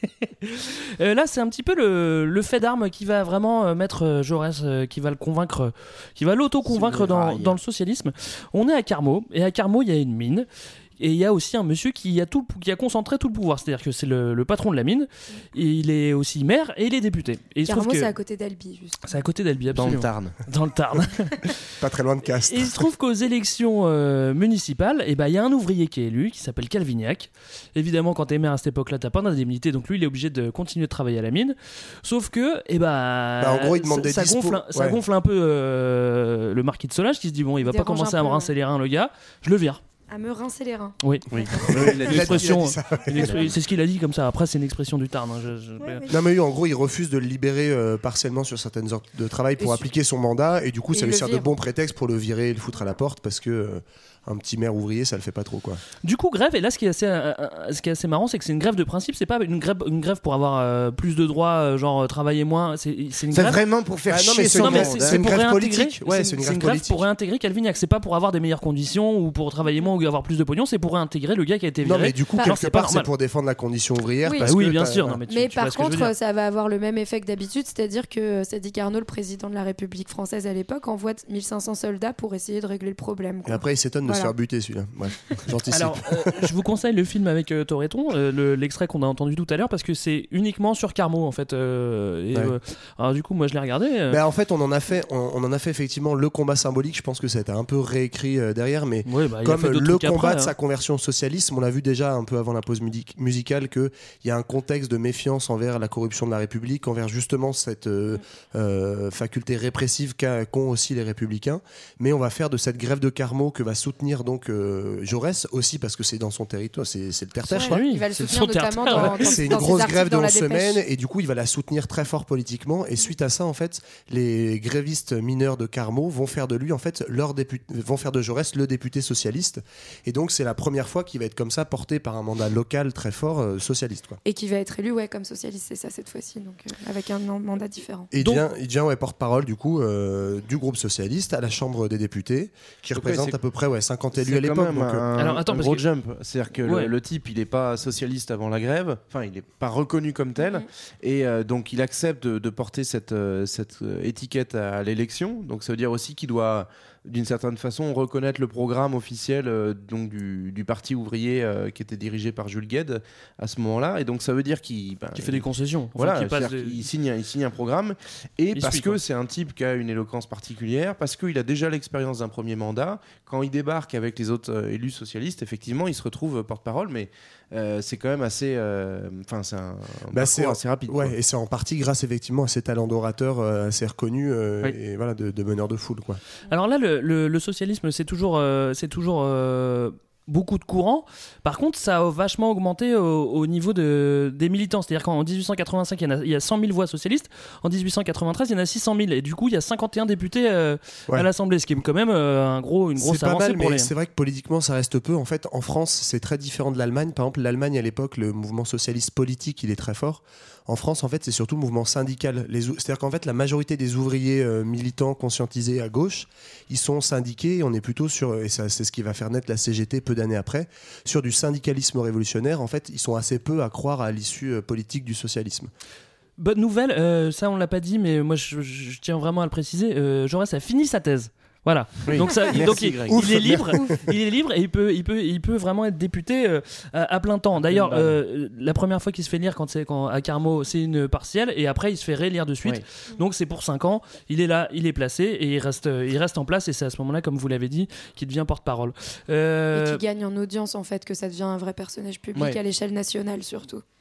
H: Euh, là, c'est un petit peu le, le fait d'armes qui va vraiment euh, mettre euh, Jaurès, euh, qui va le convaincre, euh, qui va l'auto-convaincre dans, dans le socialisme. On est à Carmaux, et à Carmaux, il y a une mine. Et il y a aussi un monsieur qui a, tout, qui a concentré tout le pouvoir, c'est-à-dire que c'est le, le patron de la mine, et il est aussi maire et il est député. Et il se
I: Carmaux,
H: trouve que...
I: c'est à côté d'Albi, juste.
H: C'est à côté d'Albi,
K: Dans
H: absolument.
K: le Tarn.
H: Dans le Tarn.
J: Pas très loin de Castres.
H: Et il se trouve qu'aux élections euh, municipales, il ben, y a un ouvrier qui est élu, qui s'appelle Calvignac. Évidemment, quand t'es maire à cette époque-là, t'as pas d'indemnité, donc lui, il est obligé de continuer de travailler à la mine. Sauf que, eh ben,
J: Bah, en gros, il demande
H: ça,
J: des
H: ça
J: dispos.
H: gonfle, un- ça
J: Ouais.
H: gonfle un peu euh, le marquis de Solage, qui se dit, bon, il va pas
I: Dérange
H: commencer
I: un
H: à me
I: peu,
H: rincer
I: ouais.
H: les reins, le gars, je le vire.
I: À me rincer les reins.
H: Oui,
K: Oui.
H: Une
J: Il a dit-
H: expression,
J: il a dit ça.
H: une expre- c'est ce qu'il a dit comme ça. Après, c'est une expression du Tarn. hein, je- je-
I: Ouais, oui.
J: Non mais oui, en gros, il refuse de le libérer euh, partiellement sur certaines heures de travail pour
I: Et
J: appliquer son mandat, et du coup,
I: Et
J: ça
I: il
J: lui
I: le
J: sert de
I: vire.
J: bon prétexte pour le virer et le foutre à la porte, parce que euh, un petit maire ouvrier, ça le fait pas trop, quoi.
H: Du coup, grève, et là, ce qui est assez, euh, euh, ce qui est assez marrant, c'est que c'est une grève de principe, c'est pas une grève, une grève pour avoir euh, plus de droits, euh, genre euh, travailler moins, c'est c'est une
K: C'est
H: grève.
K: vraiment pour faire
J: Ah, non, mais
K: chier
J: c'est
K: son
H: Non, mais
K: monde,
H: c'est
K: hein.
H: c'est
J: une
H: pour
J: grève
H: réintégrer.
J: politique. Ouais, c'est une grève politique.
H: pour réintégrer Calvignac. C'est pas pour avoir des meilleures conditions ou pour travailler moins ou avoir plus de pognon, c'est pour réintégrer le gars qui a été viré.
J: Non mais du coup,
H: Genre,
J: quelque
H: c'est pas
J: part, c'est
H: normal.
J: pour défendre la condition ouvrière.
I: Oui.
J: parce
H: Bah oui,
J: que
H: bien
J: t'as-
H: sûr. Non, mais tu-
I: Mais
H: tu vois
I: par
H: ce que je veux
I: contre,
H: dire.
I: ça va avoir le même effet que d'habitude, c'est-à-dire que Sadi Carnot, le président de la République française à l'époque, envoie mille cinq cents soldats pour essayer de régler le problème.
J: Et
I: quoi.
J: après, il s'étonne de
I: Voilà.
J: se faire buter, celui-là. Bref, j'anticipe.
H: Alors, euh, je vous conseille le film avec euh, Toretton, euh, le- l'extrait qu'on a entendu tout à l'heure, parce que c'est uniquement sur Carmaux en fait. euh, et,
J: Ouais.
H: euh, alors du coup, moi je l'ai regardé. euh,
J: Ben, en fait, on en a fait, on, on en a fait effectivement le combat symbolique. Je pense que ça a été un peu réécrit euh, derrière, mais
H: ouais, bah, il a
J: comme
H: fait d'autres
J: le
H: trucs
J: combat
H: après,
J: de
H: hein.
J: sa conversion au socialisme, on l'a vu déjà un peu avant la pause mudi- musicale qu'il y a un contexte de méfiance envers la corruption de la République, envers justement cette euh, euh, faculté répressive qu'a- qu'ont aussi les Républicains. Mais on va faire de cette grève de Carmaux que va soutenir donc euh, Jaurès aussi parce que c'est dans son territoire, c'est c'est le terre-terre.
H: Ouais,
J: quoi.
H: lui,
I: Il va le
H: c'est
I: soutenir
H: son terre-terre,
I: notamment
H: ouais.
I: dans, dans,
J: C'est une
I: dans ses
J: grosse
I: articles
J: grève de
I: dans la
J: onze
I: Dépêche.
J: semaines et du coup il va la soutenir très fort politiquement et suite à ça en fait les grévistes mineurs de Carmaux vont faire de lui en fait leur député, vont faire de Jaurès le député socialiste et donc c'est la première fois qu'il va être comme ça porté par un mandat local très fort euh, socialiste quoi.
I: Et qui va être élu ouais, comme socialiste, c'est ça cette fois-ci, donc euh, avec un man- mandat différent.
J: Et il
H: Donc-
J: devient, il devient ouais, porte-parole du coup euh, du groupe socialiste à la Chambre des députés qui
K: Donc, ouais,
J: représente
K: c'est-
J: à peu près ouais, cinquante élus
K: C'est
J: à
K: quand
J: l'époque.
K: même
J: donc, euh,
K: un,
H: Alors, attends,
K: un
H: parce
K: gros
H: que-
K: jump. C'est-à-dire que
H: Ouais.
K: le, le type, il n'est pas socialiste avant la grève. Enfin, il n'est pas reconnu comme tel.
I: Mhm.
K: Et euh, donc, il accepte de, de porter cette, euh, cette euh, étiquette à, à l'élection. Donc, ça veut dire aussi qu'il doit, d'une certaine façon, reconnaître le programme officiel euh, donc du, du parti ouvrier euh, qui était dirigé par Jules Guesde à ce moment-là. Et donc, ça veut dire qu'il ben,
H: Qui fait des concessions. Enfin,
K: Voilà,
H: qui passe
K: c'est-à-dire
H: des-
K: qu'il signe, un- il signe un programme et
H: Il
K: parce
H: suit,
K: que
H: quoi.
K: c'est un type qui a une éloquence particulière, parce qu'il a déjà l'expérience d'un premier mandat. Quand il débarque avec les autres euh, élus socialistes, effectivement, il se retrouve euh, porte-parole, mais euh, c'est quand même assez, euh, enfin, c'est un, un
J: Bah,
K: parcours
J: c'est
K: assez rapide.
J: ouais,
K: quoi.
J: et c'est en partie grâce effectivement à ses talents d'orateur euh, assez reconnus euh,
H: Oui.
J: et voilà de, de meneur de foule quoi.
H: Alors là, le, le- le socialisme, c'est toujours, euh, c'est toujours euh, beaucoup de courants. Par contre, ça a vachement augmenté au, au niveau de, des militants. C'est-à-dire qu'en dix-huit cent quatre-vingt-cinq, il y, en a, il y a cent mille voix socialistes. En dix-huit cent quatre-vingt-treize, il y en a six cent mille. Et du coup, il y a cinquante et un députés euh,
J: Ouais.
H: à l'Assemblée, ce qui est quand même euh, un gros, une grosse
J: C'est pas
H: avancée
J: mal,
H: pour
J: mais
H: les...
J: c'est vrai que politiquement ça reste peu. En fait, en France, c'est très différent de l'Allemagne. Par exemple, l'Allemagne à l'époque, le mouvement socialiste politique, il est très fort. En France, en fait, c'est surtout le mouvement syndical. Les ou- C'est-à-dire qu'en fait, la majorité des ouvriers euh, militants conscientisés à gauche, ils sont syndiqués. Et on est plutôt sur, et ça, c'est ce qui va faire naître la C G T peu d'années après, sur du syndicalisme révolutionnaire. En fait, ils sont assez peu à croire à l'issue euh, politique du socialisme.
H: Bonne nouvelle, euh, ça on l'a pas dit, mais moi je, je- je tiens vraiment à le préciser. Euh, Jaurès a fini sa thèse. Voilà.
K: Oui.
H: Donc, ça,
K: Merci,
H: donc il,
K: Greg.
H: il
J: Ouf.
H: est libre, il est libre et il peut, il peut, il peut vraiment être député euh, à, à plein temps. D'ailleurs, euh, la première fois qu'il se fait lire quand c'est quand, à Carmaux, c'est une partielle et après il se fait réélire de suite.
K: Oui.
H: Donc c'est pour cinq ans. Il est là, il est placé et il reste, il reste en place et c'est à ce moment-là, comme vous l'avez dit, qu'il devient porte-parole.
I: Et
H: Euh,
I: qui gagne en audience en fait, que ça devient un vrai personnage public
K: Ouais.
I: à l'échelle nationale surtout.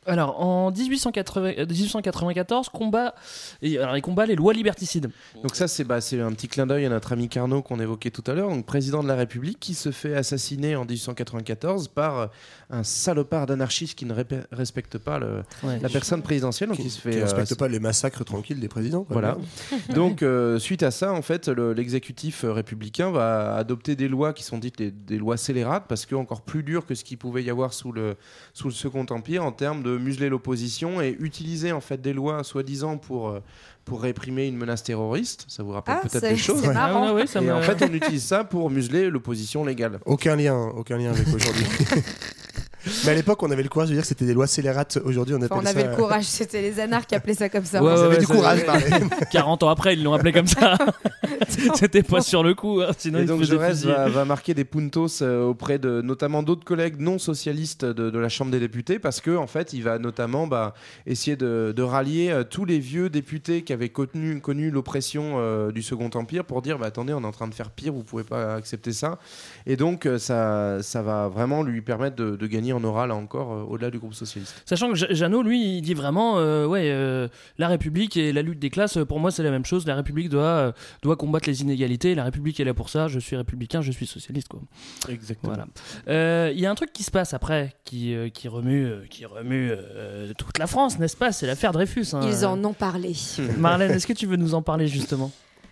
H: Alors, en dix-huit cent quatre-vingt-quatorze, combat, et, alors, il combat les lois liberticides.
K: Donc ça, c'est, bah, c'est un petit clin d'œil à notre ami Carnot qu'on évoquait tout à l'heure, donc président de la République, qui se fait assassiner en dix-huit cent quatre-vingt-quatorze par un salopard d'anarchiste qui ne ré- respecte pas le,
H: ouais.
K: la personne présidentielle. Donc
J: qui
K: il se fait,
J: qui ne respecte
K: euh,
J: pas les massacres tranquilles des présidents. Quoi.
K: Voilà. Donc, euh, suite à ça, en fait, le, l'exécutif républicain va adopter des lois qui sont dites des, des lois scélérates, parce que encore plus dur que ce qu'il pouvait y avoir sous le, sous le Second Empire, en termes de museler l'opposition et utiliser en fait des lois soi-disant pour euh, pour réprimer une menace terroriste. Ça vous rappelle
I: Ah,
K: peut-être
I: c'est-
K: des choses.
I: c'est marrant.
H: Ah, ouais, ça
K: Et
H: me-
K: en fait, on utilise ça pour museler l'opposition légale.
J: Aucun lien, aucun lien avec aujourd'hui. Mais à l'époque, on avait le courage de dire que c'était des lois scélérates. Aujourd'hui, on appelle
I: Enfin, on avait
J: ça...
I: le courage, c'était les anarches qui appelaient ça comme ça.
H: Ouais,
J: Vous
H: ouais,
J: avez
H: ouais,
J: du
H: ça-
J: courage, Marlène.
H: quarante ans après, ils l'ont appelé comme ça. C'était pas sur le coup, hein, sinon
K: Et
H: ils
K: donc
H: se faisaient
K: Jaurès
H: fusiller.
K: va, va marquer des puntos euh, auprès de notamment d'autres collègues non socialistes de, de la Chambre des députés, parce que en fait il va notamment bah, essayer de, de rallier euh, tous les vieux députés qui avaient connu, connu l'oppression euh, du Second Empire pour dire bah, attendez, on est en train de faire pire, vous pouvez pas accepter ça. Et donc euh, ça, ça va vraiment lui permettre de, de gagner en aura là encore euh, au-delà du groupe socialiste.
H: Sachant que Ja- Jeannot, lui, il dit vraiment euh, ouais, euh, la République et la lutte des classes, pour moi, c'est la même chose. La République doit, euh, doit combattre les inégalités. La République est là pour ça. Je suis républicain, je suis socialiste. Quoi.
K: Exactement.
H: Voilà. Euh, Il y a un truc qui se passe après qui, euh, qui remue, euh, qui remue euh, toute la France, n'est-ce pas? C'est l'affaire Dreyfus. Hein.
I: Ils en ont parlé.
H: Marlène, est-ce que tu veux nous en parler justement?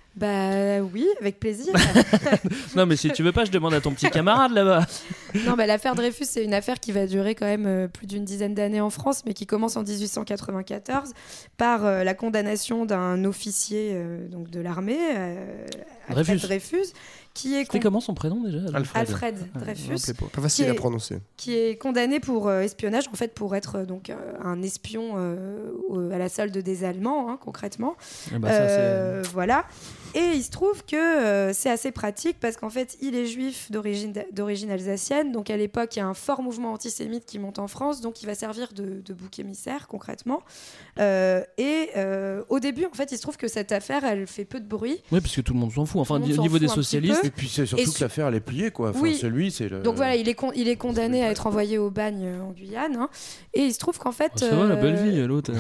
I: Bah oui, avec plaisir.
H: Non, mais si tu veux pas, je demande à ton petit camarade là-bas.
I: Non, bah, l'affaire Dreyfus, c'est une affaire qui va durer quand même euh, plus d'une dizaine d'années en France, mais qui commence en dix-huit cent quatre-vingt-quatorze par euh, la condamnation d'un officier euh, donc de l'armée, euh, Alfred
H: Dreyfus.
I: Dreyfus, qui est
H: C'était
I: con-
H: comment son prénom déjà?
K: Alfred.
I: Alfred
H: Ouais,
I: Dreyfus,
H: je me rappelais pas.
J: Pas facile
I: Qui
J: à
I: est-
J: prononcer.
I: qui est condamné pour euh, espionnage, en fait, pour être euh, donc euh, un espion euh, au- à la solde des Allemands, hein, concrètement.
H: Eh ben, ça,
I: Euh, voilà. Et il se trouve que euh, c'est assez pratique parce qu'en fait, il est juif d'origine, d'origine alsacienne. Donc à l'époque, il y a un fort mouvement antisémite qui monte en France. Donc il va servir de, de bouc émissaire, concrètement. Euh, et euh, au début, en fait, il se trouve que cette affaire, elle fait peu de bruit.
H: Oui, parce que tout le monde s'en fout. Enfin,
I: Tout le monde
H: au
I: s'en
H: niveau des
I: fout un petit
H: socialistes.
I: peu.
K: Et puis c'est surtout
I: Et
K: que
I: su-
K: l'affaire elle est pliée quoi. Enfin,
I: Oui.
K: c'est lui, c'est le.
I: Donc voilà, il est, con- il est condamné à être envoyé au bagne euh, en Guyane. hein. Et il se trouve qu'en fait.
H: Oh, ça va, la belle
I: euh,
H: vie, l'autre.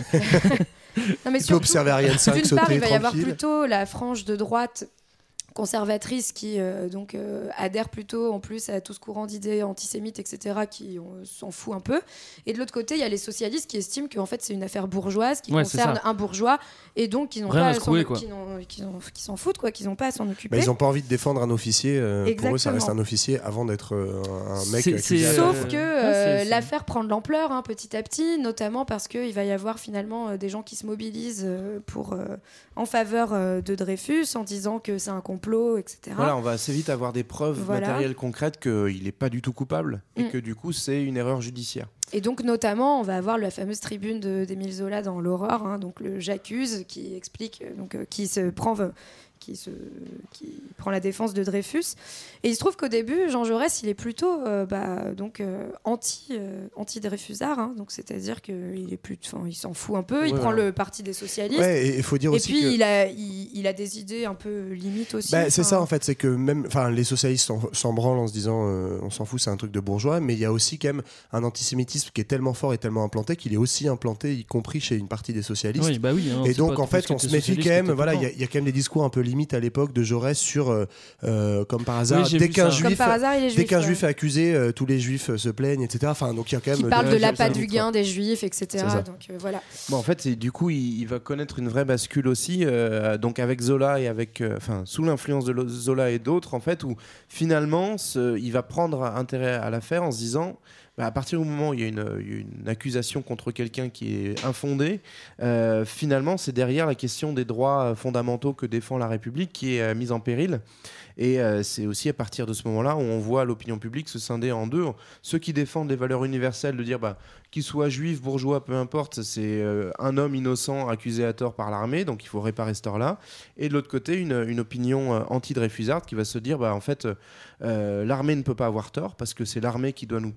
I: Non, mais
J: Tu peux
I: surtout,
J: observer Ariane cinq
I: d'une part,
J: sauter
I: il va y avoir
J: tranquille.
I: plutôt la frange de droite conservatrice qui euh, donc euh, adhère plutôt en plus à tout ce courant d'idées antisémites, et cetera, qui on s'en fout un peu. Et de l'autre côté, il y a les socialistes qui estiment qu'en fait c'est une affaire bourgeoise qui
H: Ouais, c'est
I: concerne
H: ça.
I: un bourgeois et donc qui n'ont
H: Rien
I: pas
H: à
I: à
H: se
I: s'en-
H: couler, quoi.
I: qui n'ont- qui n'ont- qui s'en foutent, quoi, qu'ils n'ont pas à s'en occuper.
J: Bah, ils n'ont pas envie de défendre un officier. euh, pour eux, ça reste
I: Exactement.
J: un officier avant d'être euh, un mec
H: C'est-
J: accusé
H: c'est,
J: à-
H: euh,
I: Sauf que
H: ouais,
I: euh,
H: c'est- c'est-
I: l'affaire prend de l'ampleur hein, petit à petit, notamment parce qu'il va y avoir finalement euh, des gens qui se mobilisent euh, pour, euh, en faveur euh, de Dreyfus en disant que c'est un complot, et cetera.
K: Voilà, on va assez vite avoir des preuves
I: Voilà.
K: matérielles concrètes qu'il n'est pas du tout coupable et
I: Mm.
K: que du coup c'est une erreur judiciaire.
I: Et donc notamment, on va avoir la fameuse tribune de- d'Émile Zola dans l'Aurore, hein, donc le j'accuse, qui explique, euh, donc euh, qui se prend, euh, qui se, qui prend la défense de Dreyfus. Et il se trouve qu'au début, Jean Jaurès, il est plutôt euh, bah, donc euh, anti, euh, anti-Dreyfusard, hein, donc c'est-à-dire qu'il est plus, enfin, il s'en fout un peu, il
J: Ouais,
I: prend
J: ouais.
I: le parti des socialistes.
J: Ouais, et il faut dire
I: Et
J: aussi
I: puis
J: que-
I: il a, il, il a des idées un peu limites aussi.
J: Bah, c'est
I: enfin,
J: ça en fait, c'est que même, enfin, les socialistes s'en, s'en branlent en se disant, euh, on s'en fout, c'est un truc de bourgeois, mais il y a aussi quand même un antisémitisme qui est tellement fort et tellement implanté qu'il est aussi implanté, y compris chez une partie des socialistes.
H: Oui, bah oui, hein,
J: et
H: c'est
J: donc
H: pas
J: en
H: tout parce
J: fait,
H: que
J: on
H: t'es
J: se méfie
H: socialiste
J: quand
H: que
J: même.
H: t'es
J: Voilà, il y, a-
H: content.
J: il y a quand même des discours un peu limites à l'époque de Jaurès sur, euh, euh, comme par hasard,
H: Oui, j'ai
J: dès
H: vu
J: qu'un
H: ça.
J: juif,
I: Comme par hasard, il est
J: dès
I: juif,
J: qu'un
I: ouais.
J: juif est accusé, euh, tous les juifs euh, se plaignent, et cetera. Enfin, donc il y a quand même.
I: qui parle de
J: des-
I: l'appât
J: des-
I: du gain des juifs, et cetera.
J: C'est ça.
I: Donc euh, voilà.
K: Bon, en fait, c'est, du coup, il, il va connaître une vraie bascule aussi, euh, donc avec Zola et avec, euh, enfin, sous l'influence de Lo- Zola et d'autres, en fait, où finalement, ce- il va prendre intérêt à l'affaire en se disant. Bah, à partir du moment où il y a une, il y a une accusation contre quelqu'un qui est infondée, euh, finalement, c'est derrière la question des droits fondamentaux que défend la République qui est euh, mise en péril. Et euh, c'est aussi à partir de ce moment-là où on voit l'opinion publique se scinder en deux. Ceux qui défendent les valeurs universelles, de dire bah, qu'il soit juif, bourgeois, peu importe, c'est euh, un homme innocent accusé à tort par l'armée, donc il faut réparer ce tort-là. Et de l'autre côté, une, une opinion euh, anti-Dreyfusarde qui va se dire bah, en fait, euh, l'armée ne peut pas avoir tort parce que c'est l'armée qui doit nous permettre de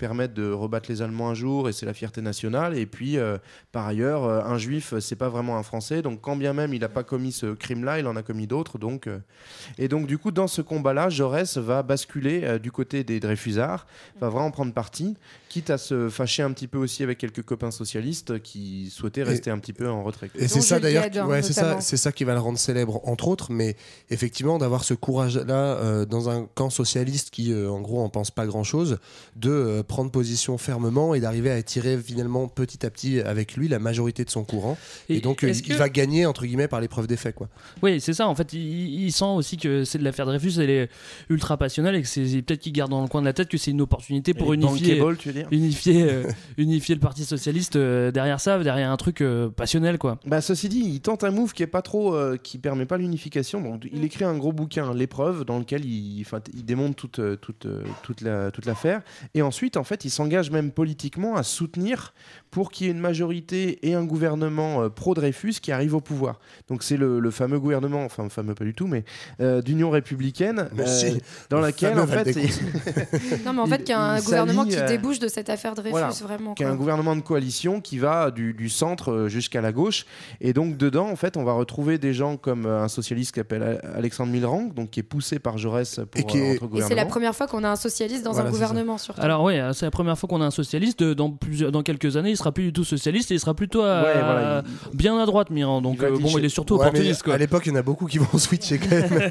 K: de rebattre les Allemands un jour et c'est la fierté nationale. Et puis, euh, par ailleurs, euh, un juif, c'est pas vraiment un Français. Donc, quand bien même il n'a pas commis ce crime-là, il en a commis d'autres. Donc, euh... Et donc, du coup, dans ce combat-là, Jaurès va basculer euh, du côté des Dreyfusards, va vraiment prendre parti, quitte à se fâcher un petit peu aussi avec quelques copains socialistes qui souhaitaient rester et, un petit peu en retrait.
J: Et c'est ça d'ailleurs, qui, ouais, c'est ça, c'est ça qui va le rendre célèbre, entre autres. Mais effectivement, d'avoir ce courage-là euh, dans un camp socialiste qui, euh, en gros, en pense pas grand-chose, de euh, prendre position fermement et d'arriver à attirer finalement petit à petit avec lui la majorité de son courant. Et, et donc, euh, il que... va gagner entre guillemets par l'épreuve des faits, quoi.
H: Oui, c'est ça. En fait, il, il sent aussi que c'est de l'affaire Dreyfus, elle est ultra passionnelle et que c'est peut-être qu'il garde dans le coin de la tête que c'est une opportunité pour et unifier,
K: ball, tu veux dire
H: unifier, euh, unifier le Parti socialiste euh, derrière ça, derrière un truc euh, passionnel, quoi.
K: Bah, ceci dit, il tente un move qui est pas trop, euh, qui permet pas l'unification. Donc, il écrit un gros bouquin, l'épreuve, dans lequel il, enfin, il démonte toute, toute, toute, la, toute l'affaire. Et ensuite, en fait, il s'engage même politiquement à soutenir pour qu'il y ait une majorité et un gouvernement euh, pro-Dreyfus qui arrive au pouvoir. Donc, c'est le, le fameux gouvernement, enfin, fameux pas du tout, mais euh, d'union républicaine, euh,
J: si,
K: dans laquelle, en fait,
I: non, mais en fait, qu'il y a un gouvernement qui débouche de cette affaire Dreyfus, voilà, vraiment.
K: Qu'il y a un gouvernement de coalition qui va du, du centre jusqu'à la gauche. Et donc, dedans, en fait, on va retrouver des gens comme un socialiste qui s'appelle Alexandre Millerand, donc qui est poussé par Jaurès pour
J: et qui est...
K: entre gouvernement.
I: Et c'est la première fois qu'on a un socialiste dans voilà, un gouvernement, surtout.
H: Alors, oui, c'est la première fois qu'on a un socialiste. Dans, plusieurs, dans quelques années, il sera plus du tout socialiste et il sera plutôt à, ouais, voilà, il... bien à droite, Millerand. Donc, il, euh, bon, il est surtout ouais, opportuniste. Quoi.
J: À l'époque, il y en a beaucoup qui vont switcher quand même.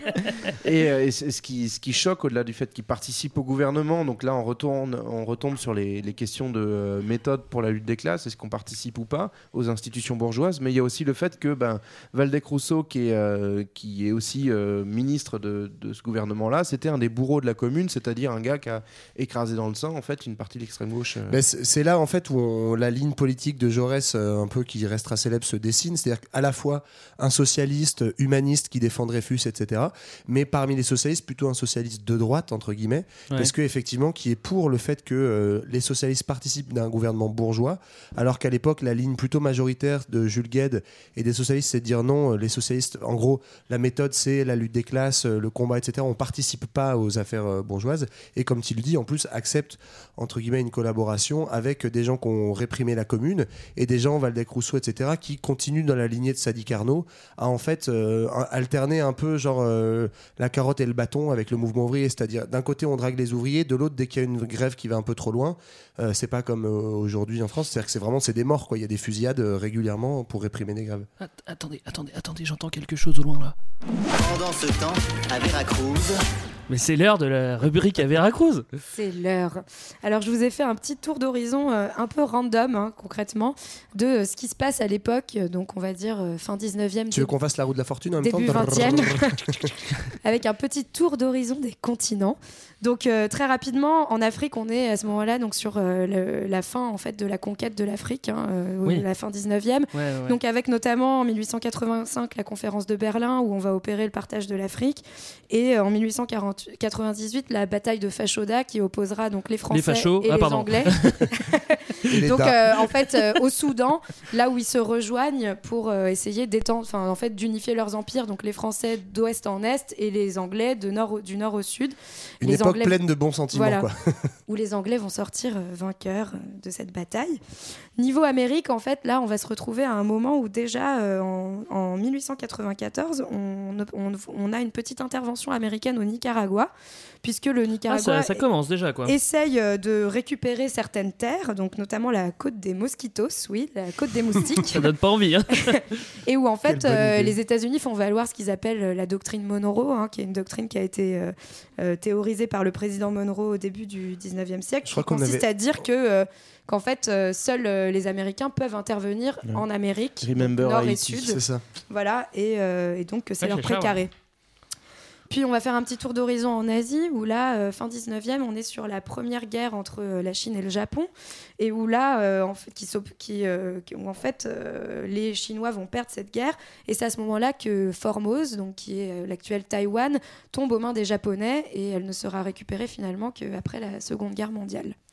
K: et, et ce, qui, ce qui choque, au-delà du fait qu'il participe au gouvernement, donc là, on, retourne, on retombe sur les, les questions de euh, méthode pour la lutte des classes, est-ce qu'on participe ou pas aux institutions bourgeoises, mais il y a aussi le fait que ben, Waldeck-Rousseau, qui est, euh, qui est aussi euh, ministre de, de ce gouvernement-là, c'était un des bourreaux de la commune, c'est-à-dire un gars qui a écrasé dans le sang en fait, une partie de l'extrême gauche. Euh...
J: Ben c'est, c'est là en fait, où on, la ligne politique de Jaurès, euh, un peu qui restera célèbre, se dessine, c'est-à-dire qu'à la fois un socialiste humaniste qui défend Dreyfus, et cetera, mais parmi les socialistes, plutôt un socialiste de droite, entre guillemets, ouais. parce qu'effectivement, qui est pour le fait que euh, les socialistes participent d'un gouvernement bourgeois, alors qu'à l'époque, la ligne plutôt majoritaire de Jules Guesde et des socialistes, c'est de dire non, les socialistes, en gros, la méthode, c'est la lutte des classes, le combat, et cetera. On ne participe pas aux affaires bourgeoises. Et comme tu le dis, en plus, accepte, entre guillemets, une collaboration avec des gens qui ont réprimé la commune et des gens, Waldeck-Rousseau, et cetera, qui continuent dans la lignée de Sadi Carnot à, en fait, euh, alterner un peu, genre, euh, la carotte et le bâton avec le mouvement ouvrier. C'est-à-dire, d'un côté, on drague les ouvriers, de l'autre, dès qu'il y a une grève qui va un peu trop loin, euh, c'est pas comme euh, aujourd'hui en France. C'est-à-dire que c'est vraiment, c'est des morts, quoi. Il y a des fusillades euh, régulièrement pour réprimer des grèves.
H: Att- attendez, attendez, attendez, j'entends quelque chose au loin, là.
M: Pendant ce temps, à Veracruz...
H: Mais c'est l'heure de la rubrique à Veracruz.
I: C'est l'heure. Alors, je vous ai fait un petit tour d'horizon euh, un peu random, hein, concrètement, de euh, ce qui se passe à l'époque, euh, donc on va dire euh, fin dix-neuvième.
J: Tu veux qu'on fasse la roue de la fortune en même temps ?
I: Début vingtième, avec un petit tour d'horizon des continents. Donc, euh, très rapidement, en Afrique, on est à ce moment-là donc, sur euh, le, la fin en fait, de la conquête de l'Afrique, hein, euh, oui. la fin dix-neuvième.
H: Ouais, ouais.
I: Donc, avec notamment en mille huit cent quatre-vingt-cinq la conférence de Berlin, où on va opérer le partage de l'Afrique, et euh, en mille huit cent quatre-vingt-dix-huit la bataille de Fashoda, qui opposera donc les Français
H: les fachos.
I: et
H: ah,
I: les
H: pardon.
I: Anglais.
J: les
I: donc, euh, en fait, euh, au Soudan, là où ils se rejoignent pour euh, essayer d'étendre, enfin, en fait, d'unifier leurs empires, donc les Français d'ouest en est et les Anglais de nord, du nord au sud.
J: Une
I: les
J: époque
I: Anglais...
J: pleine de bons sentiments,
I: voilà,
J: quoi.
I: où les Anglais vont sortir euh, vainqueurs euh, de cette bataille. Niveau Amérique, en fait, là, on va se retrouver à un moment où déjà, euh, en, en mille huit cent quatre-vingt-quatorze, on, on, on a une petite intervention américaine au Nicaragua, puisque le Nicaragua
H: ah, ça, ça commence déjà, quoi.
I: essaye euh, de récupérer certaines terres, donc notamment la côte des Mosquitos, oui, la côte des moustiques.
H: Ça donne pas envie, hein.
I: Et où, en fait, euh, les États-Unis font valoir ce qu'ils appellent la doctrine Monroe, hein, qui est une doctrine qui a été euh, euh, théorisée par le président Monroe au début du dix-neuvième siècle, qui consiste avait... à dire que euh, qu'en fait, euh, seuls euh, les Américains peuvent intervenir ouais. en Amérique,
K: Remember
I: nord
K: Haiti,
I: et sud.
J: C'est ça.
I: Voilà, et, euh, et donc que c'est ouais, leur précaré. Ouais. Puis on va faire un petit tour d'horizon en Asie, où là, euh, fin dix-neuvième, on est sur la première guerre entre euh, la Chine et le Japon, et où là, euh, en fait, qui, qui, euh, où en fait euh, les Chinois vont perdre cette guerre, et c'est à ce moment-là que Formose, donc, qui est euh, l'actuel Taïwan, tombe aux mains des Japonais, et elle ne sera récupérée finalement qu'après la Seconde Guerre mondiale.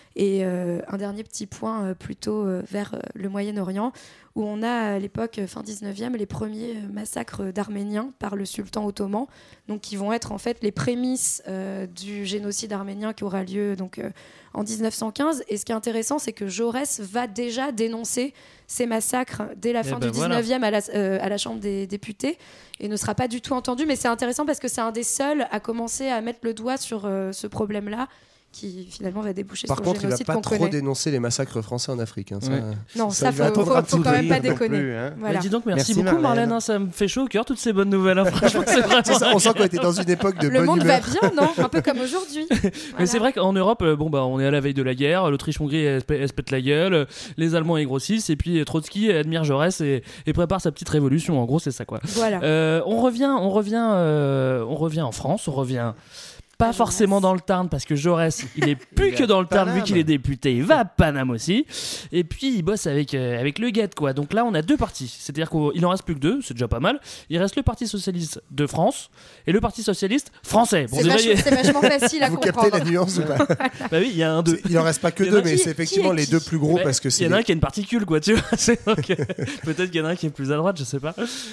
I: Et euh, un dernier petit point euh, plutôt euh, vers euh, le Moyen-Orient, où on a à l'époque, fin dix-neuvième, les premiers euh, massacres d'Arméniens par le sultan ottoman, donc qui vont être en fait les prémices euh, du génocide arménien qui aura lieu donc, euh, en dix-neuf cent quinze. Et ce qui est intéressant, c'est que Jaurès va déjà dénoncer ces massacres dès la
H: Eh
I: fin
H: ben
I: du dix-neuvième
H: voilà.
I: à, la, euh, à la Chambre des députés, et ne sera pas du tout entendu. Mais c'est intéressant parce que c'est un des seuls à commencer à mettre le doigt sur euh, ce problème-là, qui finalement va déboucher
J: Par
I: sur
J: contre,
I: le
J: il va
I: génocide
J: pas
I: qu'on
J: trop
I: connaît.
J: dénoncer les massacres français en Afrique. Hein, ça,
H: Ouais.
I: Non, ça,
J: il va
I: faut,
J: attendre
I: faut,
J: un
I: faut
J: petit
I: quand même
J: peu.
I: pas
K: non
I: déconner.
K: plus, hein.
I: Voilà.
H: Mais dis donc, merci,
K: Merci,
H: beaucoup
K: Marlène.
H: Marlène, hein, ça me fait chaud au cœur toutes ces bonnes nouvelles. Hein. Franchement, c'est vraiment...
J: C'est ça, on sent qu'on était dans une époque de
I: Le
J: bonne
I: monde
J: humeur.
I: va bien, non? Un peu comme aujourd'hui.
H: Mais
I: Voilà.
H: c'est vrai qu'en Europe, euh, bon bah on est à la veille de la guerre, l'Autriche-Hongrie elle, se pè- elle se pète la gueule, euh, les Allemands ils grossissent, et puis euh, Trotsky admire Jaurès et, et prépare sa petite révolution. En gros, c'est ça quoi.
I: Voilà.
H: Euh, on revient, on revient, euh, on revient en France, on revient. Pas forcément dans le Tarn, parce que Jaurès, il est plus
K: Il
H: que
K: est
H: dans
K: à
H: le Tarn, vu
K: Paname.
H: qu'il est député, il va à Paname aussi. Et puis il bosse avec, euh, avec le Guet, quoi. Donc là, on a deux partis. C'est-à-dire qu'il en reste plus que deux, c'est déjà pas mal. Il reste le Parti Socialiste de France et le Parti Socialiste français. Bon,
I: C'est
H: déjà,
I: vach-
H: il y a-
I: c'est vachement facile à
J: Vous
I: comprendre.
J: captez la nuance ou pas?
H: bah oui, il y a un deux.
J: Il en reste pas que
H: Il y en a
J: deux, mais
H: qui-
J: c'est effectivement
I: qui est
J: les
I: qui
J: deux plus gros
H: Ouais,
J: parce que
H: il
J: c'est.
H: y en a
J: les-
H: un qui a une particule, quoi, tu vois. C'est donc, euh, peut-être qu'il y en a un qui est plus à droite, je sais pas.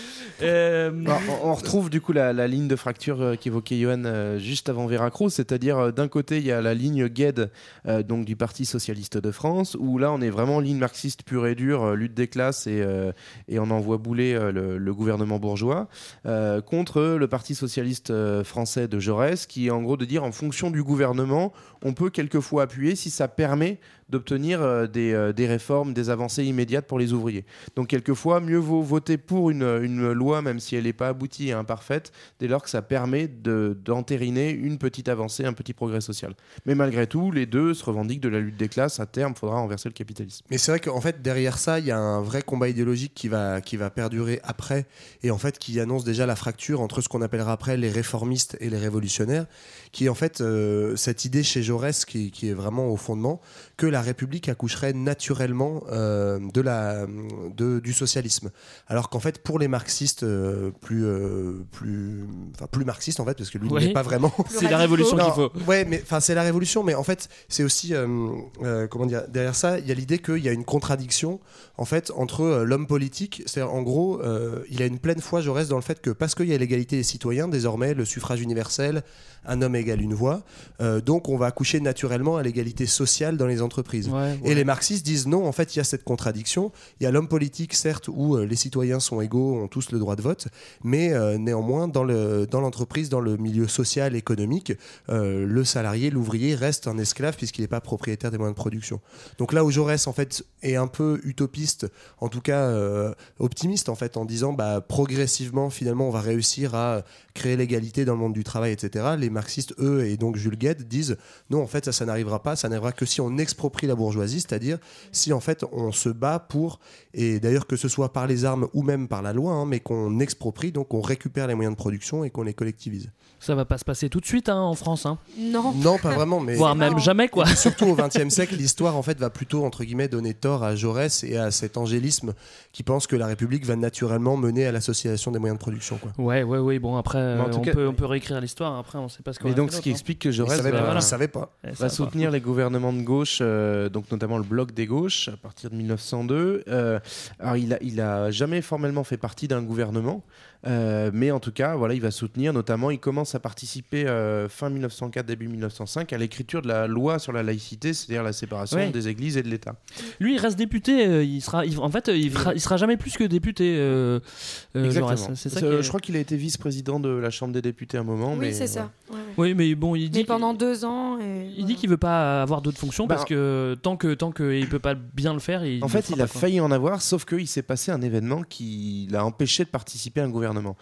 H: Euh,
K: Alors, on, on retrouve du coup la, la ligne de fracture euh, qu'évoquait Johan euh, juste avant Veracruz, c'est-à-dire euh, d'un côté il y a la ligne Gued euh, donc du Parti Socialiste de France, où là on est vraiment ligne marxiste pure et dure, euh, lutte des classes et, euh, et on envoie bouler euh, le, le gouvernement bourgeois, euh, contre le Parti Socialiste euh, français de Jaurès, qui est en gros de dire en fonction du gouvernement, on peut quelquefois appuyer si ça permet d'obtenir euh, des, euh, des réformes, des avancées immédiates pour les ouvriers. Donc quelquefois, mieux vaut voter pour une, une loi, même si elle n'est pas aboutie et imparfaite, dès lors que ça permet de, d'entériner une petite avancée, un petit progrès social. Mais malgré tout, les deux se revendiquent de la lutte des classes. À terme, il faudra renverser le capitalisme.
J: Mais c'est vrai qu'en fait, derrière ça, il y a un vrai combat idéologique qui va, qui va perdurer après, et en fait, qui annonce déjà la fracture entre ce qu'on appellera après les réformistes et les révolutionnaires, qui est en fait euh, cette idée chez Jaurès, qui, qui est vraiment au fondement, que la République accoucherait naturellement euh, de la, de, du socialisme. Alors qu'en fait, pour les marxistes euh, plus, euh, plus, enfin, plus marxistes, en fait, parce que lui,
H: Oui.
J: il n'est pas vraiment...
H: c'est la révolution qu'il faut.
J: Ouais, mais enfin c'est la révolution, mais en fait c'est aussi euh, euh, comment dire, derrière ça il y a l'idée qu'il y a une contradiction en fait entre euh, l'homme politique, c'est-à-dire en gros euh, il a une pleine foi Jaurès dans le fait que parce qu'il y a l'égalité des citoyens désormais, le suffrage universel, un homme égale une voix, euh, donc on va accoucher naturellement à l'égalité sociale dans les entreprises.
H: Ouais, ouais.
J: Et les marxistes disent non, en fait il y a cette contradiction, il y a l'homme politique certes où euh, les citoyens sont égaux, ont tous le droit de vote, mais euh, néanmoins dans, le, dans l'entreprise, dans le milieu social, économique, euh, le salarié, l'ouvrier reste un esclave puisqu'il n'est pas propriétaire des moyens de production. Donc là où Jaurès en fait est un peu utopiste, en tout cas euh, optimiste en fait, en disant bah, progressivement finalement on va réussir à créer l'égalité dans le monde du travail, et cetera. Les marxistes, eux, et donc Jules Gued, disent non, en fait ça, ça n'arrivera pas, ça n'arrivera que si on exproprie la bourgeoisie, c'est-à-dire si en fait on se bat pour, et d'ailleurs que ce soit par les armes ou même par la loi, hein, mais qu'on exproprie, donc on récupère les moyens de production et qu'on les collectivise.
H: Ça va pas se passer tout de suite hein, en France. Hein.
I: Non.
J: Non, pas vraiment, mais
H: Voire même jamais, quoi.
J: Et surtout au vingtième siècle, l'histoire en fait va plutôt entre guillemets donner tort à Jaurès et à cet angélisme qui pense que la République va naturellement mener à l'association des moyens de production, quoi.
H: Ouais, ouais, ouais. Bon après,
K: Mais en
H: euh,
K: tout
H: on
K: cas-
H: peut, on peut réécrire l'histoire. Après, on sait pas ce qu'on
K: Et
H: va
K: donc,
H: faire
K: ce qui
H: d'autre,
K: explique que
J: Il
K: Jaurès
J: savait
K: va,
J: pas,
H: voilà.
J: il savait pas.
H: hein. Eh, ça
K: va
H: va
K: soutenir les gouvernements de gauche, euh, donc notamment le bloc des gauches à partir de mille neuf cent deux. Euh, alors il a, il a jamais formellement fait partie d'un gouvernement, euh, mais en tout cas, voilà, il va soutenir. Notamment, il commence à participer euh, fin mille neuf cent quatre, début mille neuf cent cinq à l'écriture de la loi sur la laïcité, c'est-à-dire la séparation
H: Ouais.
K: des églises et de l'État.
H: Lui, il reste député. euh, il sera, il- en fait, euh, il, fera, il sera jamais plus que député. Euh, euh,
K: Exactement.
H: Jaurès. C'est ça.
K: C'est-
H: qui est-
K: Je crois qu'il a été vice-président de la Chambre des députés à un moment.
I: Oui,
K: mais
I: c'est
K: voilà.
I: ça. Ouais, ouais.
H: Oui, mais bon, il dit.
I: Mais pendant deux ans. Et...
H: Il dit qu'il veut pas avoir d'autres fonctions
K: Bah,
H: parce que tant que tant qu'il peut pas bien le faire, il
K: En
H: le
K: fait,
H: fera
K: il a
H: pas, quoi.
K: failli en avoir, sauf qu'il s'est passé un événement qui l'a empêché de participer à un gouvernement.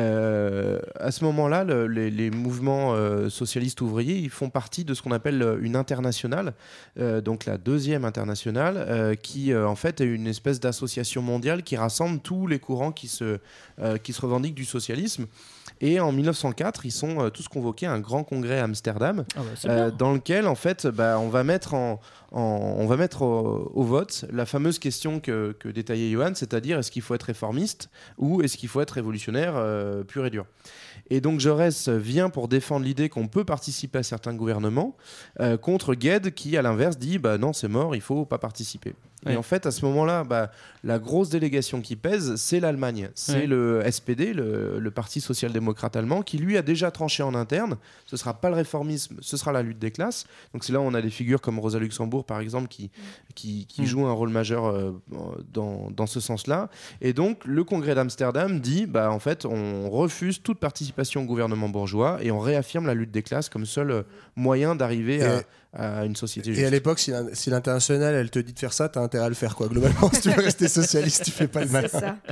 K: Euh, à ce moment-là, le- les, les mouvements euh, socialistes ouvriers, ils font partie de ce qu'on appelle euh, une internationale, euh, donc la deuxième internationale, euh, qui euh, en fait est une espèce d'association mondiale qui rassemble tous les courants qui se, euh, qui se revendiquent du socialisme. Et en mille neuf cent quatre, ils sont euh, tous convoqués à un grand congrès à Amsterdam,
H: Ah bah, c'est
K: euh,
H: bien.
K: dans lequel en fait, bah, on va mettre en, en- on va mettre au, au vote la fameuse question que, que détaillait Johan, c'est-à-dire est-ce qu'il faut être réformiste ou est-ce qu'il faut être révolutionnaire euh, pur et dur. Et donc Jaurès vient pour défendre l'idée qu'on peut participer à certains gouvernements, euh, contre Gued qui, à l'inverse, dit bah non, c'est mort, il faut pas participer. Ouais. Et en fait, à ce moment-là, bah, la grosse délégation qui pèse, c'est l'Allemagne. C'est ouais. le S P D, le, le Parti social-démocrate allemand, qui lui a déjà tranché en interne. Ce ne sera pas le réformisme, ce sera la lutte des classes. Donc c'est là où on a des figures comme Rosa Luxembourg, par exemple, qui, mmh. qui, qui mmh. jouent un rôle majeur euh, dans, dans ce sens-là. Et donc, le Congrès d'Amsterdam dit, bah, en fait, on refuse toute participation au gouvernement bourgeois et on réaffirme la lutte des classes comme seul moyen d'arriver à... à une société juste.
J: Et à l'époque, si, si l'internationale elle te dit de faire ça, t'as intérêt à le faire quoi. Globalement, si tu veux rester socialiste, tu fais pas le mal.
I: C'est ça.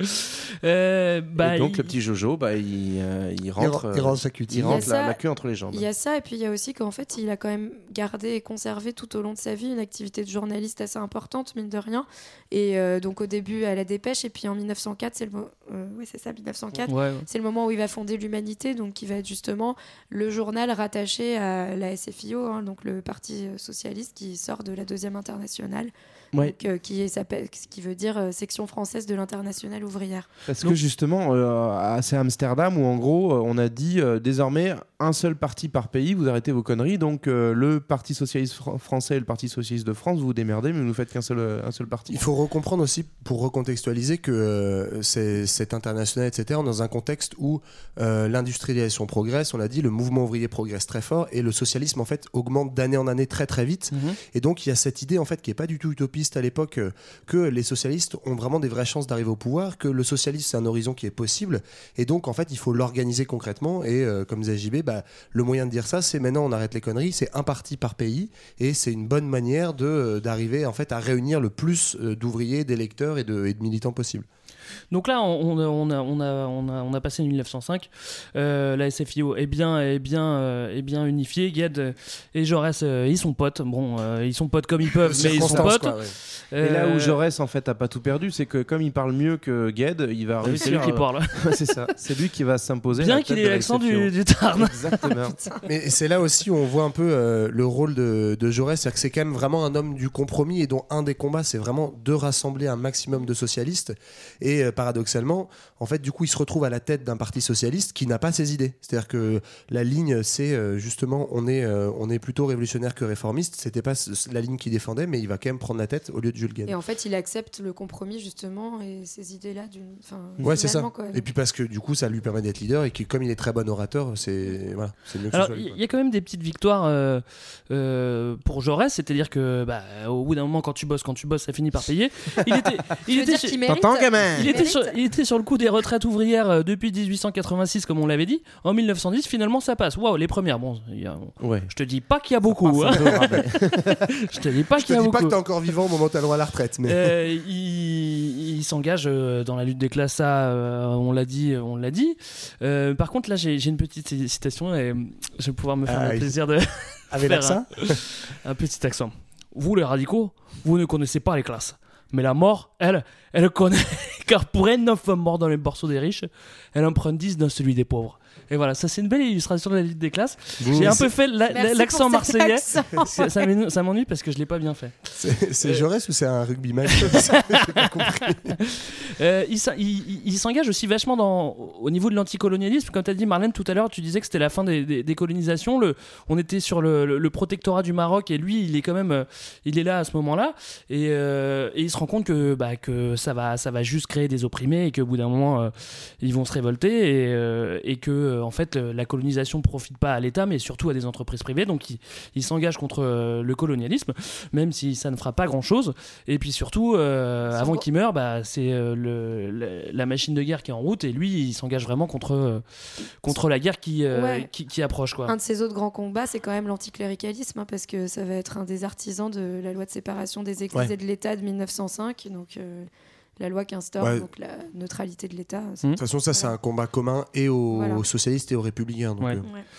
K: euh, bah, et donc il... le petit Jojo, bah, il, euh, il rentre,
J: il, il rentre, sa cutie.
K: il rentre
I: il
K: la,
I: ça,
K: la queue entre les jambes.
I: Il y a ça, et puis il y a aussi qu'en fait, il a quand même gardé et conservé tout au long de sa vie une activité de journaliste assez importante, mine de rien. Et euh, donc au début à la Dépêche, et puis en mille neuf cent quatre, c'est le mo- euh, ouais, c'est ça, mille neuf cent quatre, ouais, ouais. c'est le moment où il va fonder l'Humanité, donc qui va être justement le journal rattaché à la S F I O, hein, donc le Parti socialiste qui sort de la deuxième internationale, ouais. donc, euh, qui s'appelle, ce qui veut dire euh, section française de l'internationale ouvrière.
K: Parce
I: donc,
K: que justement, euh, c'est Amsterdam où en gros on a dit euh, désormais un seul parti par pays, vous arrêtez vos conneries, donc euh, le Parti socialiste fr- français et le Parti socialiste de France, vous vous démerdez, mais vous ne faites qu'un seul, un seul parti.
J: Il faut recomprendre aussi, pour recontextualiser, que euh, c'est, cette internationale, et cetera, dans un contexte où euh, l'industrialisation progresse, on l'a dit, le mouvement ouvrier progresse très fort, et le socialisme en fait augmente d'année en année très très vite. Mmh. Et donc il y a cette idée en fait qui est pas du tout utopiste à l'époque, euh, que les socialistes ont vraiment des vraies chances d'arriver au pouvoir, que le socialisme c'est un horizon qui est possible, et donc en fait il faut l'organiser concrètement. Et euh, comme disait J B, bah, le moyen de dire ça, c'est maintenant on arrête les conneries, c'est un parti par pays, et c'est une bonne manière de, euh, d'arriver en fait à réunir le plus euh, d'ouvriers, d'électeurs et de, et de militants possible.
H: Donc là, on a, on a, on a, on a, on a passé mille neuf cent cinq. Euh, la S F I O est bien, est bien, euh, est bien unifiée. Gued et Jaurès, euh, ils sont potes. Bon, euh, ils sont potes comme ils peuvent, mais ils sont potes. Quoi, ouais.
K: euh... Et là où Jaurès en fait a pas tout perdu, c'est que comme il parle mieux que Gued, il va réussir.
H: C'est lui qui
K: euh...
H: parle.
K: c'est ça. C'est lui qui va s'imposer.
H: Bien qu'il ait l'accent du, du Tarn.
K: Exactement.
J: Mais c'est là aussi où on voit un peu euh, le rôle de, de Jaurès, c'est-à-dire que c'est quand même vraiment un homme du compromis et dont un des combats, c'est vraiment de rassembler un maximum de socialistes. Et euh, paradoxalement, en fait, du coup, il se retrouve à la tête d'un parti socialiste qui n'a pas ses idées. C'est-à-dire que la ligne, c'est euh, justement, on est, euh, on est plutôt révolutionnaire que réformiste. C'était pas la ligne qu'il défendait, mais il va quand même prendre la tête au lieu de Jules Gued.
I: Et en fait, il accepte le compromis justement et ces idées-là d'une.
J: Ouais, c'est ça. Quoi, et puis parce que du coup, ça lui permet d'être leader et que comme il est très bon orateur, c'est voilà, c'est mieux que
H: Alors,
J: ce soit lui.
H: Il y a quand même des petites victoires euh, euh, pour Jaurès, c'est-à-dire que bah, au bout d'un moment, quand tu bosses, quand tu bosses, ça finit par payer. Il était, il était, sur,
K: T'entends, gamin
H: il était sur, il était sur le coup des retraites ouvrières euh, depuis dix-huit cent quatre-vingt-six, comme on l'avait dit. En mille neuf cent dix, finalement, ça passe. Waouh, les premières. Bon, y a, bon
K: ouais.
H: Je te dis pas qu'il y a beaucoup. Hein. Je te dis pas
J: je
H: qu'il y a
J: beaucoup. Je te dis
H: beaucoup.
J: pas que t'es encore vivant au moment où t'as le droit à la retraite. Mais
H: euh, il, il s'engage euh, dans la lutte des classes. Ça, euh, on l'a dit, on l'a dit. Euh, par contre, là, j'ai, j'ai une petite citation et je vais pouvoir me faire ah, le plaisir de
J: avec
H: faire
J: l'accent.
H: Un, un petit accent. Vous, les radicaux, vous ne connaissez pas les classes. Mais la mort, elle, elle connaît. Car pour elle, neuf hommes morts dans les berceaux des riches, elle en prend dix dans celui des pauvres. Et voilà, ça c'est une belle illustration de la lutte des classes. Vous, J'ai un peu fait la, la, l'accent marseillais. ça, m'ennuie, ça m'ennuie parce que je l'ai pas bien fait.
J: C'est, c'est euh... Jaurès ou c'est un rugbyman? J'ai pas compris.
H: Euh, il, il, il s'engage aussi vachement dans, au niveau de l'anticolonialisme. Comme tu as dit, Marlène, tout à l'heure, tu disais que c'était la fin des, des, des colonisations. Le, on était sur le, le, le protectorat du Maroc et lui, il est quand même, il est là à ce moment-là. Et, euh, et il se rend compte que, bah, que ça, va, ça va juste créer des opprimés et qu'au bout d'un moment, euh, ils vont se révolter et, euh, et que en fait la colonisation profite pas à l'État mais surtout à des entreprises privées, donc il, il s'engage contre euh, le colonialisme même si ça ne fera pas grand chose. Et puis surtout euh, avant beau. qu'il meure, bah, c'est euh, le, le, la machine de guerre qui est en route et lui il s'engage vraiment contre, euh, contre la guerre qui, euh, ouais. qui, qui approche quoi.
I: Un de ses autres grands combats c'est quand même l'anticléricalisme hein, parce que ça va être un des artisans de la loi de séparation des églises ouais. et de l'État de mille neuf cent cinq, donc euh, la loi qui instaure ouais. donc la neutralité de l'État.
J: De toute façon, ça, c'est un combat commun et aux voilà. socialistes et aux républicains. Donc
H: ouais.
J: euh...
H: Ouais.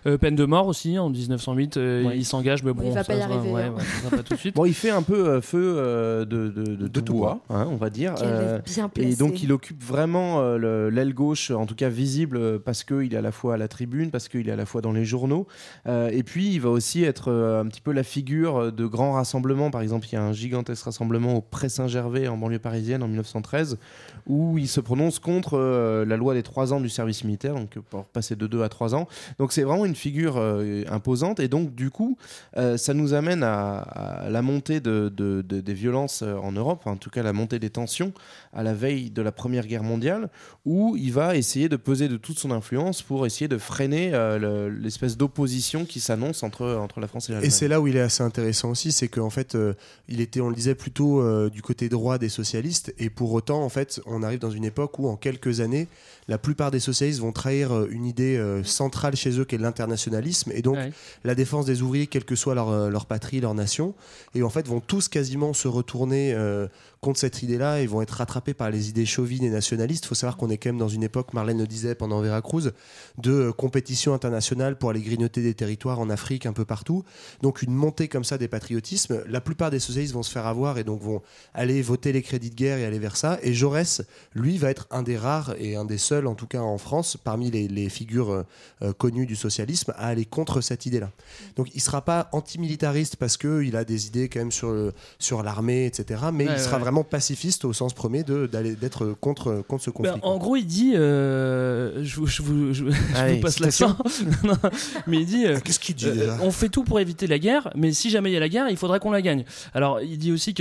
H: Euh, peine de mort aussi en dix-neuf cent huit, euh,
K: Ouais.
H: il s'engage, mais
I: Bon,
H: bon,
I: il va
H: ça,
I: pas y
H: ça,
I: arriver,
H: ouais,
I: hein.
H: ouais, ça va pas tout de suite.
K: Bon, il fait un peu euh, feu euh, de, de, de, de tout bois, hein, on va dire.
I: Quel est bien placé.
K: et donc, il occupe vraiment euh, le- l'aile gauche, en tout cas visible, euh, parce qu'il est à la fois à la tribune, parce qu'il est à la fois dans les journaux. Euh, et puis, il va aussi être euh, un petit peu la figure de grands rassemblements. Par exemple, il y a un gigantesque rassemblement au Pré Saint-Gervais en banlieue parisienne en dix-neuf cent treize, où il se prononce contre euh, la loi des trois ans du service militaire, donc pour passer de deux à trois ans. Donc, c'est vraiment une figure euh, imposante. Et donc, du coup, euh, ça nous amène à, à la montée de, de- de- des violences euh, en Europe, en tout cas la montée des tensions à la veille de la Première Guerre mondiale, où il va essayer de peser de toute son influence pour essayer de freiner euh, le- l'espèce d'opposition qui s'annonce entre, entre la France et l'Allemagne.
J: Et c'est là où il est assez intéressant aussi, c'est qu'en fait, euh, il était, on le disait, plutôt euh, du côté droit des socialistes, et pour autant, en fait, on arrive dans une époque où, en quelques années, la plupart des socialistes vont trahir euh, une idée euh, centrale chez eux, qui est l'internationalisme, et donc
H: Ouais.
J: la défense des ouvriers, quelle que soit leur, euh, leur patrie, leur nation, et en fait, vont tous quasiment se retourner euh, contre cette idée-là, et vont être rattrapés par les idées chauvines et nationalistes. Il faut savoir qu'on est quand même dans une époque, Marlène le disait pendant Veracruz, de euh, compétition internationale pour aller grignoter des territoires en Afrique, un peu partout. Donc une montée comme ça des patriotismes. La plupart des socialistes vont se faire avoir et donc vont aller voter les crédits de guerre et aller vers ça. Et Jaurès, lui, va être un des rares et un des seuls, en tout cas en France, parmi les, les figures euh, euh, connues du socialisme, à aller contre cette idée-là. Donc il ne sera pas antimilitariste parce qu'il a des idées quand même sur, le- sur l'armée, et cetera. Mais
H: Ouais,
J: il sera
H: ouais.
J: vraiment pacifiste au sens premier de, d'aller, d'être contre, contre ce conflit.
H: Ben, en gros, il dit, euh, je, vous- je vous, je, je
K: Allez,
H: vous passe la
K: citation.
H: fin. Non, mais il dit, euh,
J: Qu'est-ce qu'il dit
H: euh,
J: déjà
H: on fait tout pour éviter la guerre, mais si jamais il y a la guerre, il faudrait qu'on la gagne. Alors, il dit aussi que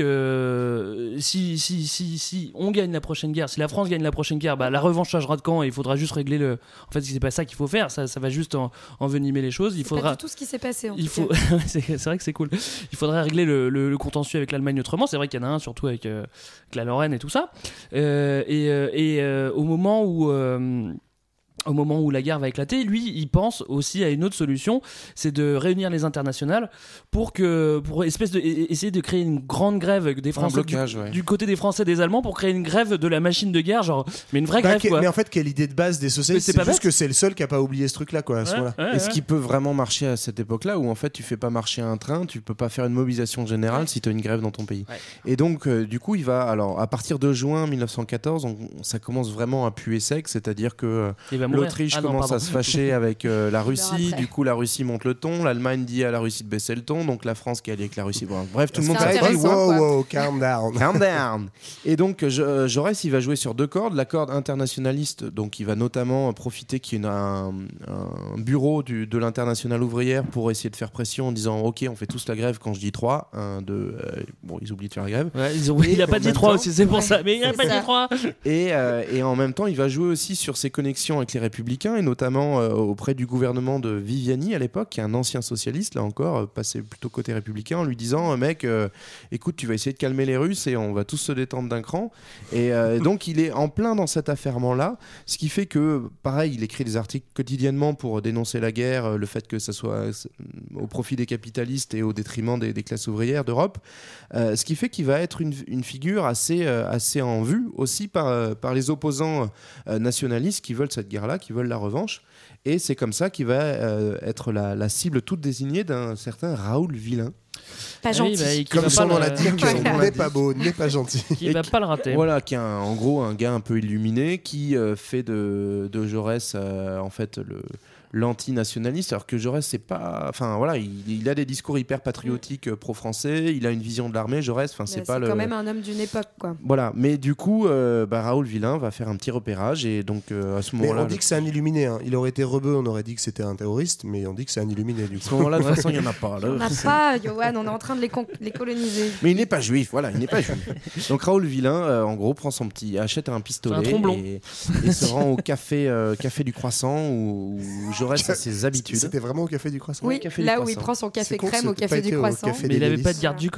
H: euh, si, si, si, si on gagne la prochaine guerre, si la France gagne la prochaine guerre, bah, la revanche changera de camp et il faudra juste régler le. En fait, c'est pas ça qu'il faut faire. Ça, ça va juste en- envenimer les choses. Il
I: C'est
H: faudra.
I: pas du tout ce qui s'est passé. En
H: Il
I: tout
H: faut,
I: cas.
H: c'est c'est vrai que c'est cool. Il faudrait régler le, le- le contentieux avec l'Allemagne autrement. C'est vrai qu'il y en a un, surtout avec, euh, avec la Lorraine et tout ça. Euh, et euh, et euh, au moment où euh, au moment où la guerre va éclater, lui, il pense aussi à une autre solution, c'est de réunir les internationales pour que, pour espèce de, e- essayer de créer une grande grève des Français,
K: blocage,
H: du,
K: ouais.
H: du côté des Français et des Allemands, pour créer une grève de la machine de guerre, genre, mais une vraie
J: Bah,
H: grève,
J: qu'est-
H: quoi.
J: mais en fait, quelle idée de base des socialistes,
H: Mais c'est
J: c'est
H: pas
J: juste
H: bête.
J: que c'est le seul qui a pas oublié ce truc-là, quoi, à ce
H: Ouais,
J: moment-là.
H: ouais,
K: Et ce
H: ouais.
K: qui peut vraiment marcher à cette époque-là, où en fait tu fais pas marcher un train, tu peux pas faire une mobilisation générale
H: Ouais.
K: si tu as une grève dans ton pays.
H: Ouais.
K: Et donc, euh, du coup, il va. Alors, à partir de juin mille neuf cent quatorze, on- ça commence vraiment à puer sec, c'est-à-dire que euh,
H: Il va mourir.
K: l'Autriche
H: Ah non,
K: commence
H: pardon.
K: à se fâcher avec euh, la Russie.
I: après.
K: Du coup, la Russie monte le ton. L'Allemagne dit à la Russie de baisser le ton. Donc, la France qui est alliée avec la Russie. Bon, bref, tout le monde
I: C'est
K: s'accroche.
I: intéressant.
J: Wow,
I: quoi.
J: wow, calm down.
K: Calm down. Et donc Jo- euh, Jaurès, il va jouer sur deux cordes. La corde internationaliste, donc il va notamment profiter qu'il y ait une- un, un bureau du- de l'internationale ouvrière pour essayer de faire pression en disant ok, on fait tous la grève quand je dis trois, un, deux, euh, bon, ils oublient de faire la grève.
H: Ouais, ils ont- il a
K: Et
H: pas
K: en
H: dit
K: même
H: trois
K: temps-
H: aussi, c'est pour
I: Ouais,
H: ça. Mais il a
I: c'est
H: pas
I: ça.
H: dit trois.
K: Et, euh, et en même temps, il va jouer aussi sur ses connexions avec les Républicains et notamment euh, auprès du gouvernement de Viviani à l'époque, qui est un ancien socialiste, là encore, euh, passé plutôt côté républicain, en lui disant euh, mec, euh, écoute, tu vas essayer de calmer les Russes et on va tous se détendre d'un cran. Et euh, donc, il est en plein dans cet affairement-là, ce qui fait que, pareil, il écrit des articles quotidiennement pour dénoncer la guerre, euh, le fait que ça soit euh, au profit des capitalistes et au détriment des, des classes ouvrières d'Europe. Euh, ce qui fait qu'il va être une, une figure assez, euh, assez en vue aussi par, euh, par les opposants euh, nationalistes qui veulent cette guerre-là, qui veulent la revanche. Et c'est comme ça qu'il va euh, être la, la cible toute désignée d'un certain Raoul Villain.
I: Pas
H: Ah oui,
I: gentil.
H: bah, et qui
J: Comme
H: va
J: son
H: pas
J: nom
H: le-
J: l'indique,
I: Voilà.
J: n'est pas beau, n'est pas gentil.
H: Qui va pas le rater.
K: Voilà, qui est un- en gros un gars un peu illuminé qui euh, fait de, de Jaurès euh, en fait le l'anti-nationaliste, alors que Jaurès c'est pas, enfin voilà, il, il a des discours hyper patriotiques euh, pro-français, il a une vision de l'armée, Jaurès, enfin c'est
I: Mais
K: pas
I: c'est
K: le.
I: quand même un homme d'une époque, quoi.
K: Voilà, mais du coup, euh, bah, Raoul Villain va faire un petit repérage et donc euh, à ce
J: Mais
K: moment-là,
J: on dit que c'est un illuminé. Hein. Il aurait été rebeu, on aurait dit que c'était un terroriste, mais on dit que c'est un illuminé du
K: à ce
J: coup.
K: moment-là, de toute façon, il y en a pas. là.
I: On n'a pas, Johan, on est en train de les, con- les coloniser.
K: Mais il n'est pas juif, voilà, il n'est pas juif. Donc Raoul Villain, euh, en gros, prend son petit, achète un pistolet
H: Un tromblon.
K: et, et se rend au café, euh, café du Croissant où, où Jaurès a ses habitudes.
J: C'était vraiment au café du Croissant.
I: Oui,
K: Café du
I: là où il
K: Croissant.
I: prend son café
J: C'est con que
I: crème au
J: c'était
I: café
J: pas
I: du
J: été au
I: croissant.
J: café
H: Mais il avait
J: délices.
H: pas de garde du corps.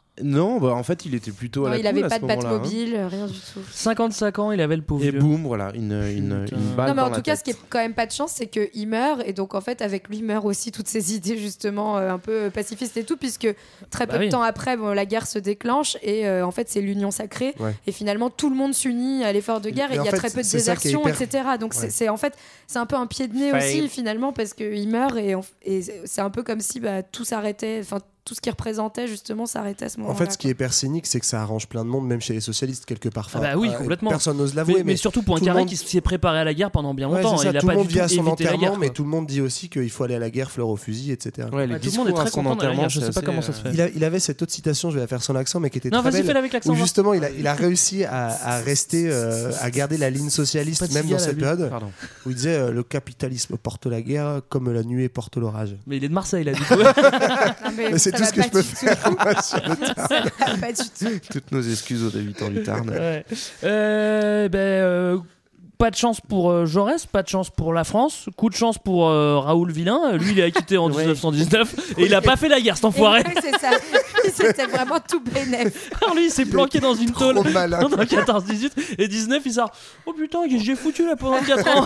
K: Non, bah en fait, il était plutôt à
I: Non,
K: la
I: il
K: cool
I: avait
K: à
I: pas
K: ce
I: de
K: moment-là,
I: Batmobile, hein. Rien du tout.
H: cinquante-cinq ans, il avait le pauvre
K: Et
H: vieux.
K: boum, voilà, une, une, une balle
I: Non, mais
K: dans
I: en
K: la
I: tout cas,
K: tête.
I: ce qui est quand même pas de chance, c'est qu'il meurt. Et donc, en fait, avec lui meurent aussi toutes ces idées, justement, euh, un peu pacifistes et tout, puisque très peu
H: Bah
I: de
H: oui.
I: temps après, bon, la guerre se déclenche. Et euh, en fait, c'est l'union sacrée.
J: Ouais.
I: Et finalement, tout le monde s'unit à l'effort de guerre.
J: Mais
I: Et
J: en
I: il y a
J: fait,
I: très peu de
J: c'est ça qui est
I: désertion,
J: hyper-
I: et cetera. Donc,
J: Ouais.
I: c'est, c'est en fait, c'est un peu un pied de nez
K: Fame.
I: aussi, finalement, parce qu'il meurt. Et, on- et c'est un peu comme si bah, tout s'arrêtait. Enfin, tout ce qui représentait, justement, s'arrêtait à ce moment-là.
J: En fait, ce qui est hyper cynique, c'est que ça arrange plein de monde, même chez les socialistes, quelque part.
H: Ah bah oui,
J: euh,
H: complètement.
J: Personne n'ose l'avouer.
H: Mais, mais surtout pour un
J: tout le
H: carré
J: monde-
H: qui s'est préparé à la guerre pendant bien
J: Ouais,
H: longtemps.
J: c'est ça,
H: il a
J: tout
H: pas
J: le monde
H: du
J: dit
H: tout
J: à son
H: évité la
J: enterrement,
H: guerre.
J: mais
H: quoi.
J: tout le monde dit aussi qu'il faut aller à la guerre, fleur au fusil, et cetera.
K: Ouais, les
H: Ouais, tout le monde est
K: discours à
H: très
K: son
H: content d'aller à la
K: enterrement,
H: guerre. Je
K: c'est
H: sais pas
K: assez,
H: comment ça
K: euh,
H: se fait.
J: Il, a, il avait cette autre citation, je vais la faire sans l'accent, mais qui était
H: Non,
J: très
H: vas-y,
J: belle.
H: fais-la avec l'accent,
J: Où
H: va.
J: justement, il a, il a réussi à, à rester, euh, à garder la ligne
H: Pas
J: socialiste,
H: de
J: même dans
H: cigale à
J: cette
H: lui.
J: période,
H: Pardon.
J: où il disait euh, le capitalisme porte la guerre comme la nuée porte l'orage.
H: Mais il est de Marseille, là, du coup.
I: Non, mais
J: Mais c'est
I: ça
J: tout
I: va
J: ce que
I: pas
J: je peux
I: du
J: faire.
I: tout.
J: moi, sur le terrain.
I: Ça va pas du tout.
K: Toutes nos excuses aux habitants du Tarn.
H: Ouais. Euh, ben, euh, pas de chance pour euh, Jaurès, pas de chance pour la France, coup de chance pour euh, Raoul Villain. Lui, il a quitté en dix-neuf cent dix-neuf et il a pas fait la guerre, cet enfoiré.
I: Et ouais, c'est ça. C'était vraiment tout bénef.
H: Alors lui, il s'est planqué dans une tôle
J: Trop malin.
H: pendant quatorze dix-huit et dix-neuf, il sort. Oh putain, qu'est-ce que j'ai foutu là pendant quatre ans.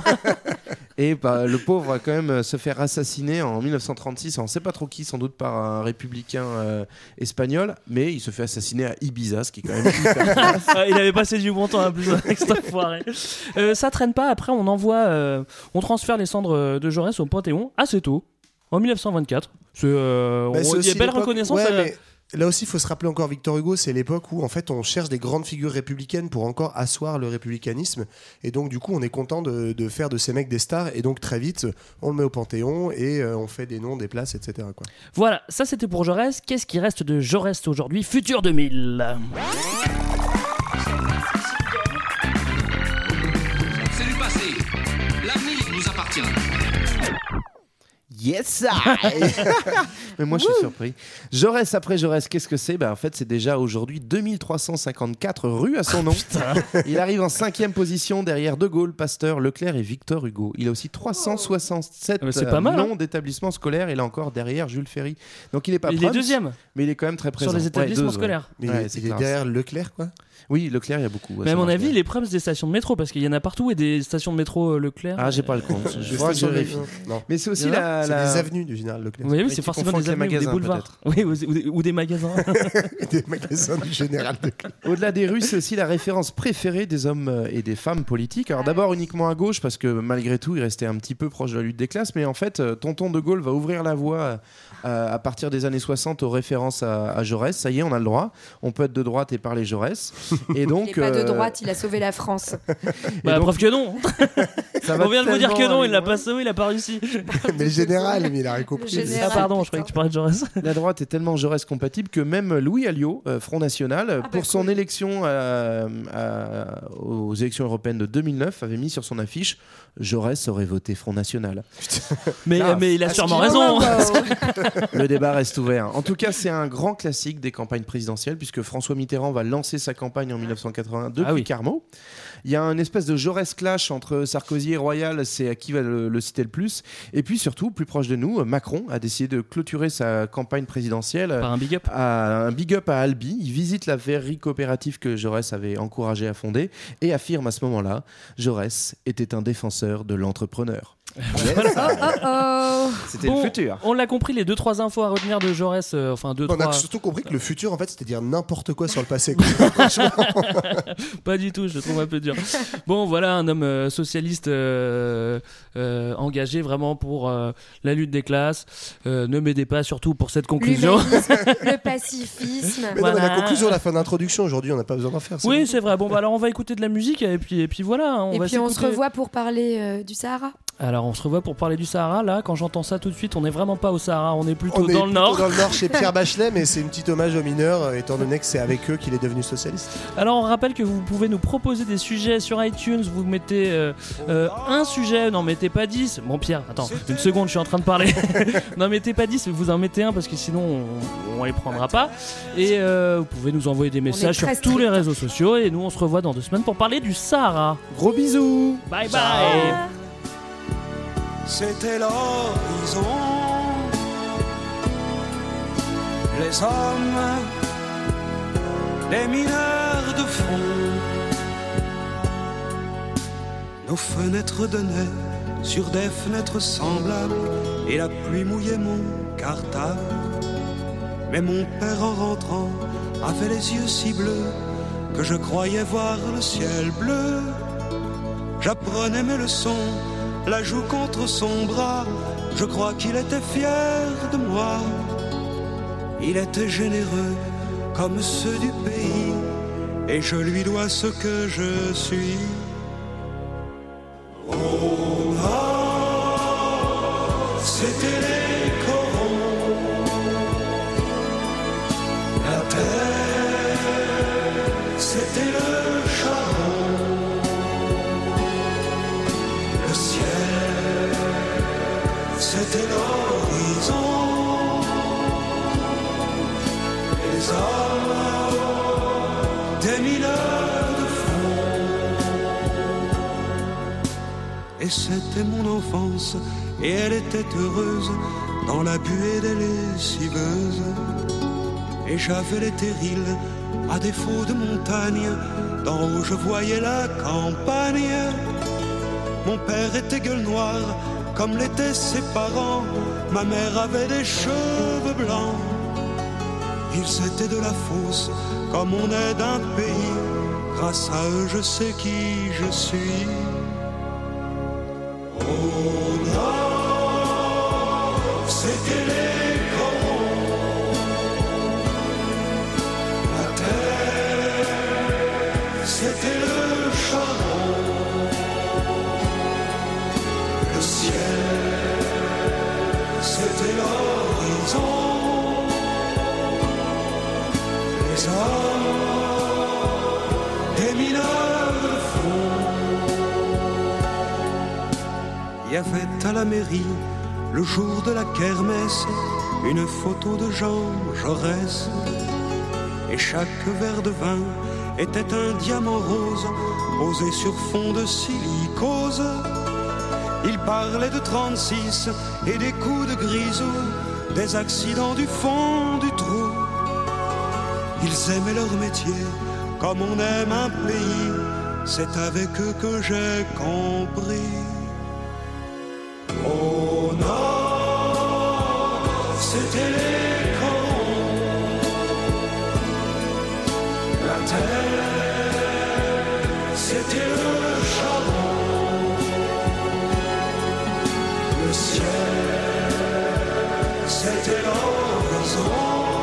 K: Et bah, le pauvre va quand même se faire assassiner en mille neuf cent trente-six, on ne sait pas trop qui, sans doute par un républicain euh, espagnol, mais il se fait assassiner à Ibiza, ce qui est quand même hyper classe.
H: Ah, il avait passé du bon temps à plus avec cet enfoiré. Euh, ça traîne pas, après on envoie, euh, on transfère les cendres de Jaurès au Panthéon assez tôt, en mille neuf cent vingt-quatre. C'est, euh,
J: Bah,
H: on-
J: c'est
H: il y a
J: aussi
H: belle
J: l'époque-
H: reconnaissance.
J: Ouais,
H: à-
J: mais là aussi, il faut se rappeler encore Victor Hugo, c'est l'époque où en fait on cherche des grandes figures républicaines pour encore asseoir le républicanisme. Et donc du coup, on est content de, de faire de ces mecs des stars. Et donc très vite, on le met au Panthéon et euh, on fait des noms, des places, et cetera. Quoi.
H: Voilà, ça c'était pour Jaurès. Qu'est-ce qui reste de Jaurès aujourd'hui, futur deux mille?
G: C'est du passé. L'avenir nous appartient.
K: Yes I Mais moi je suis surpris. Jaurès après Jaurès, qu'est-ce que c'est? Bah, en fait c'est déjà aujourd'hui deux mille trois cent cinquante-quatre rues à son nom. Il arrive en cinquième position derrière De Gaulle, Pasteur, Leclerc et Victor Hugo. Il a aussi trois cent soixante-sept
H: Ah bah, c'est pas mal,
K: noms
H: hein.
K: d'établissements scolaires. Il est encore derrière Jules Ferry. Donc il est pas
H: Il est
K: Prums,
H: deuxième
K: mais il est quand même très présent.
H: sur les
K: Ouais,
H: établissements
K: deux, ouais.
H: scolaires.
J: Mais
K: Ouais,
J: il,
K: c'est
J: il est
K: classe.
J: derrière Leclerc, quoi.
K: Oui, Leclerc, il y a beaucoup. ouais,
H: Mais à
K: ça
H: mon
K: marche
H: avis,
K: bien.
H: il est Prums des stations de métro parce qu'il y en a partout et des stations de métro euh, Leclerc.
K: Ah, j'ai pas le compte. Je
J: Des
K: crois que je
J: stations de-
K: vérifie.
J: Non.
K: Mais c'est aussi
H: Il y en a
K: la.
J: C'est
K: la-
J: des avenues du général Leclerc.
H: Oui, oui,
K: Oui,
H: c'est
K: tu
H: forcément
K: confonds
H: des
K: avec les
H: avenues ou des
K: magasins,
H: boulevards. Oui, ou, ou des- ou des magasins.
J: Des magasins du général Leclerc.
K: Au-delà des rues, c'est aussi la référence préférée des hommes euh, et des femmes politiques. Alors d'abord uniquement à gauche, parce que malgré tout, il restait un petit peu proche de la lutte des classes. Mais en fait, euh, Tonton de Gaulle va ouvrir la voie euh, à partir des années soixante aux références à, à Jaurès. Ça y est, on a le droit. On peut être de droite et parler Jaurès. Et donc,
I: Il est pas de
K: euh,
I: droite, il a sauvé la France.
H: Bah,
K: donc-
H: preuve que non.
K: ça va
H: On vient de vous dire que
K: tellement
H: non, il l'a
K: aller
H: pas sauvé, il a pas réussi.
J: Mais le général, mais il a rien compris.
I: Le
H: Ah,
I: général.
H: pardon, je croyais que tu parlais de Jaurès.
K: La droite est tellement Jaurès compatible que même Louis Alliot, euh, Front National, euh,
I: bah,
K: pour son
I: cool.
K: élection euh, à- aux élections européennes de deux mille neuf, avait mis sur son affiche Jaurès aurait voté Front National.
H: Mais,
K: Ah,
H: mais il a
J: à ce
H: sûrement
J: qu'il
H: raison.
J: en a,
K: Le débat reste ouvert. En tout cas, c'est un grand classique des campagnes présidentielles puisque François Mitterrand va lancer sa campagne en mille neuf cent quatre-vingts depuis
H: Ah oui.
K: Carmaux. Il y a un espèce de Jaurès clash entre Sarkozy et Royal, c'est à qui va le, le citer le plus. Et puis surtout, plus proche de nous, Macron a décidé de clôturer sa campagne présidentielle
H: Par un big up.
K: à un big up à Albi. Il visite la verrerie coopérative que Jaurès avait encouragé à fonder et affirme à ce moment-là Jaurès était un défenseur de l'entrepreneur. Yes.
I: Oh oh.
K: C'était
H: Bon,
K: le futur.
H: On l'a compris, les deux trois infos à retenir de Jaurès, euh, enfin deux
J: On
H: trois.
J: a surtout compris que le futur, en fait, c'était dire n'importe quoi sur le passé. quoi. Franchement.
H: Pas du tout, je le trouve un peu dur. Bon, voilà un homme euh, socialiste euh, euh, engagé vraiment pour euh, la lutte des classes. Euh, ne m'aidez pas, surtout pour cette conclusion.
I: L'humanisme, le pacifisme.
J: Mais non, mais
H: Voilà.
J: la conclusion, la fin d'introduction, aujourd'hui, on n'a pas besoin d'en faire. c'est
H: Oui,
J: bon.
H: c'est vrai. Bon, bah alors on va écouter de la musique et puis, et puis voilà. On
I: Et
H: va
I: puis on se
H: s'écouter.
I: revoit pour parler euh, du Sahara.
H: Alors on se revoit pour parler du Sahara. Là, quand j'entends ça tout de suite, on n'est vraiment pas au Sahara, on est plutôt
J: On est
H: dans le
J: plutôt
H: nord.
J: dans le Nord chez Pierre Bachelet, mais c'est une petite hommage aux mineurs, euh, étant donné que c'est avec eux qu'il est devenu socialiste.
H: Alors on rappelle que vous pouvez nous proposer des sujets sur iTunes. Vous mettez euh, euh, un sujet, n'en mettez pas dix. Bon Pierre, attends, une seconde, je suis en train de parler. N'en mettez pas dix, vous en mettez un parce que sinon on, on les prendra pas. Et euh, vous pouvez nous envoyer des messages sur
I: très
H: tous les
I: strict.
H: réseaux sociaux. Et nous on se revoit dans deux semaines pour parler du Sahara.
K: Gros bisous.
H: Bye bye.
D: C'était l'horizon. Les hommes
N: des mineurs de fond. Nos fenêtres donnaient sur des fenêtres semblables et la pluie mouillait mon cartable. Mais mon père en rentrant avait les yeux si bleus que je croyais voir le ciel bleu. J'apprenais mes leçons, la joue contre son bras, je crois qu'il était fier de moi. Il était généreux comme ceux du pays et je lui dois ce que je suis. Oh non, c'était les corons, la terre, c'était le charbon, le ciel, c'était l'horizon, les hommes, des mineurs de fond. Et c'était mon enfance, et elle était heureuse dans la buée des lessiveuses. Et j'avais les terrils, à défaut de montagne, d'en haut je voyais la campagne. Mon père était gueule noire, comme l'étaient ses parents. Ma mère avait des cheveux blancs. Ils étaient de la fosse, comme on est d'un pays. Grâce à eux je sais qui je suis. Oh non, c'était les corons, la terre, c'était le charbon, le ciel, c'était l'horizon, les hommes, des mineurs de fond. Il y avait à la mairie, le jour de la kermesse, une photo de Jean Jaurès. Et chaque verre de vin était un diamant rose, posé sur fond de silicose. Il parlait de trente-six et des coups de grisou, des accidents du fond du trou. Ils aimaient leur métier comme on aime un pays, c'est avec eux que j'ai compris. Oh non, c'était les corons, la terre, c'était le charbon, le ciel, c'était l'horizon,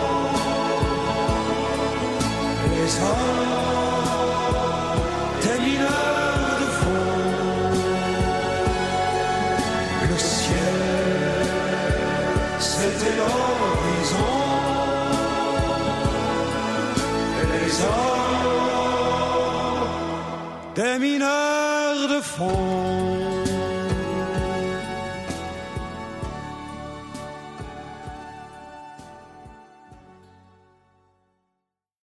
N: les hommes, des mineurs de fond. Le ciel, c'était l'horizon, les hommes, des mineurs de fond.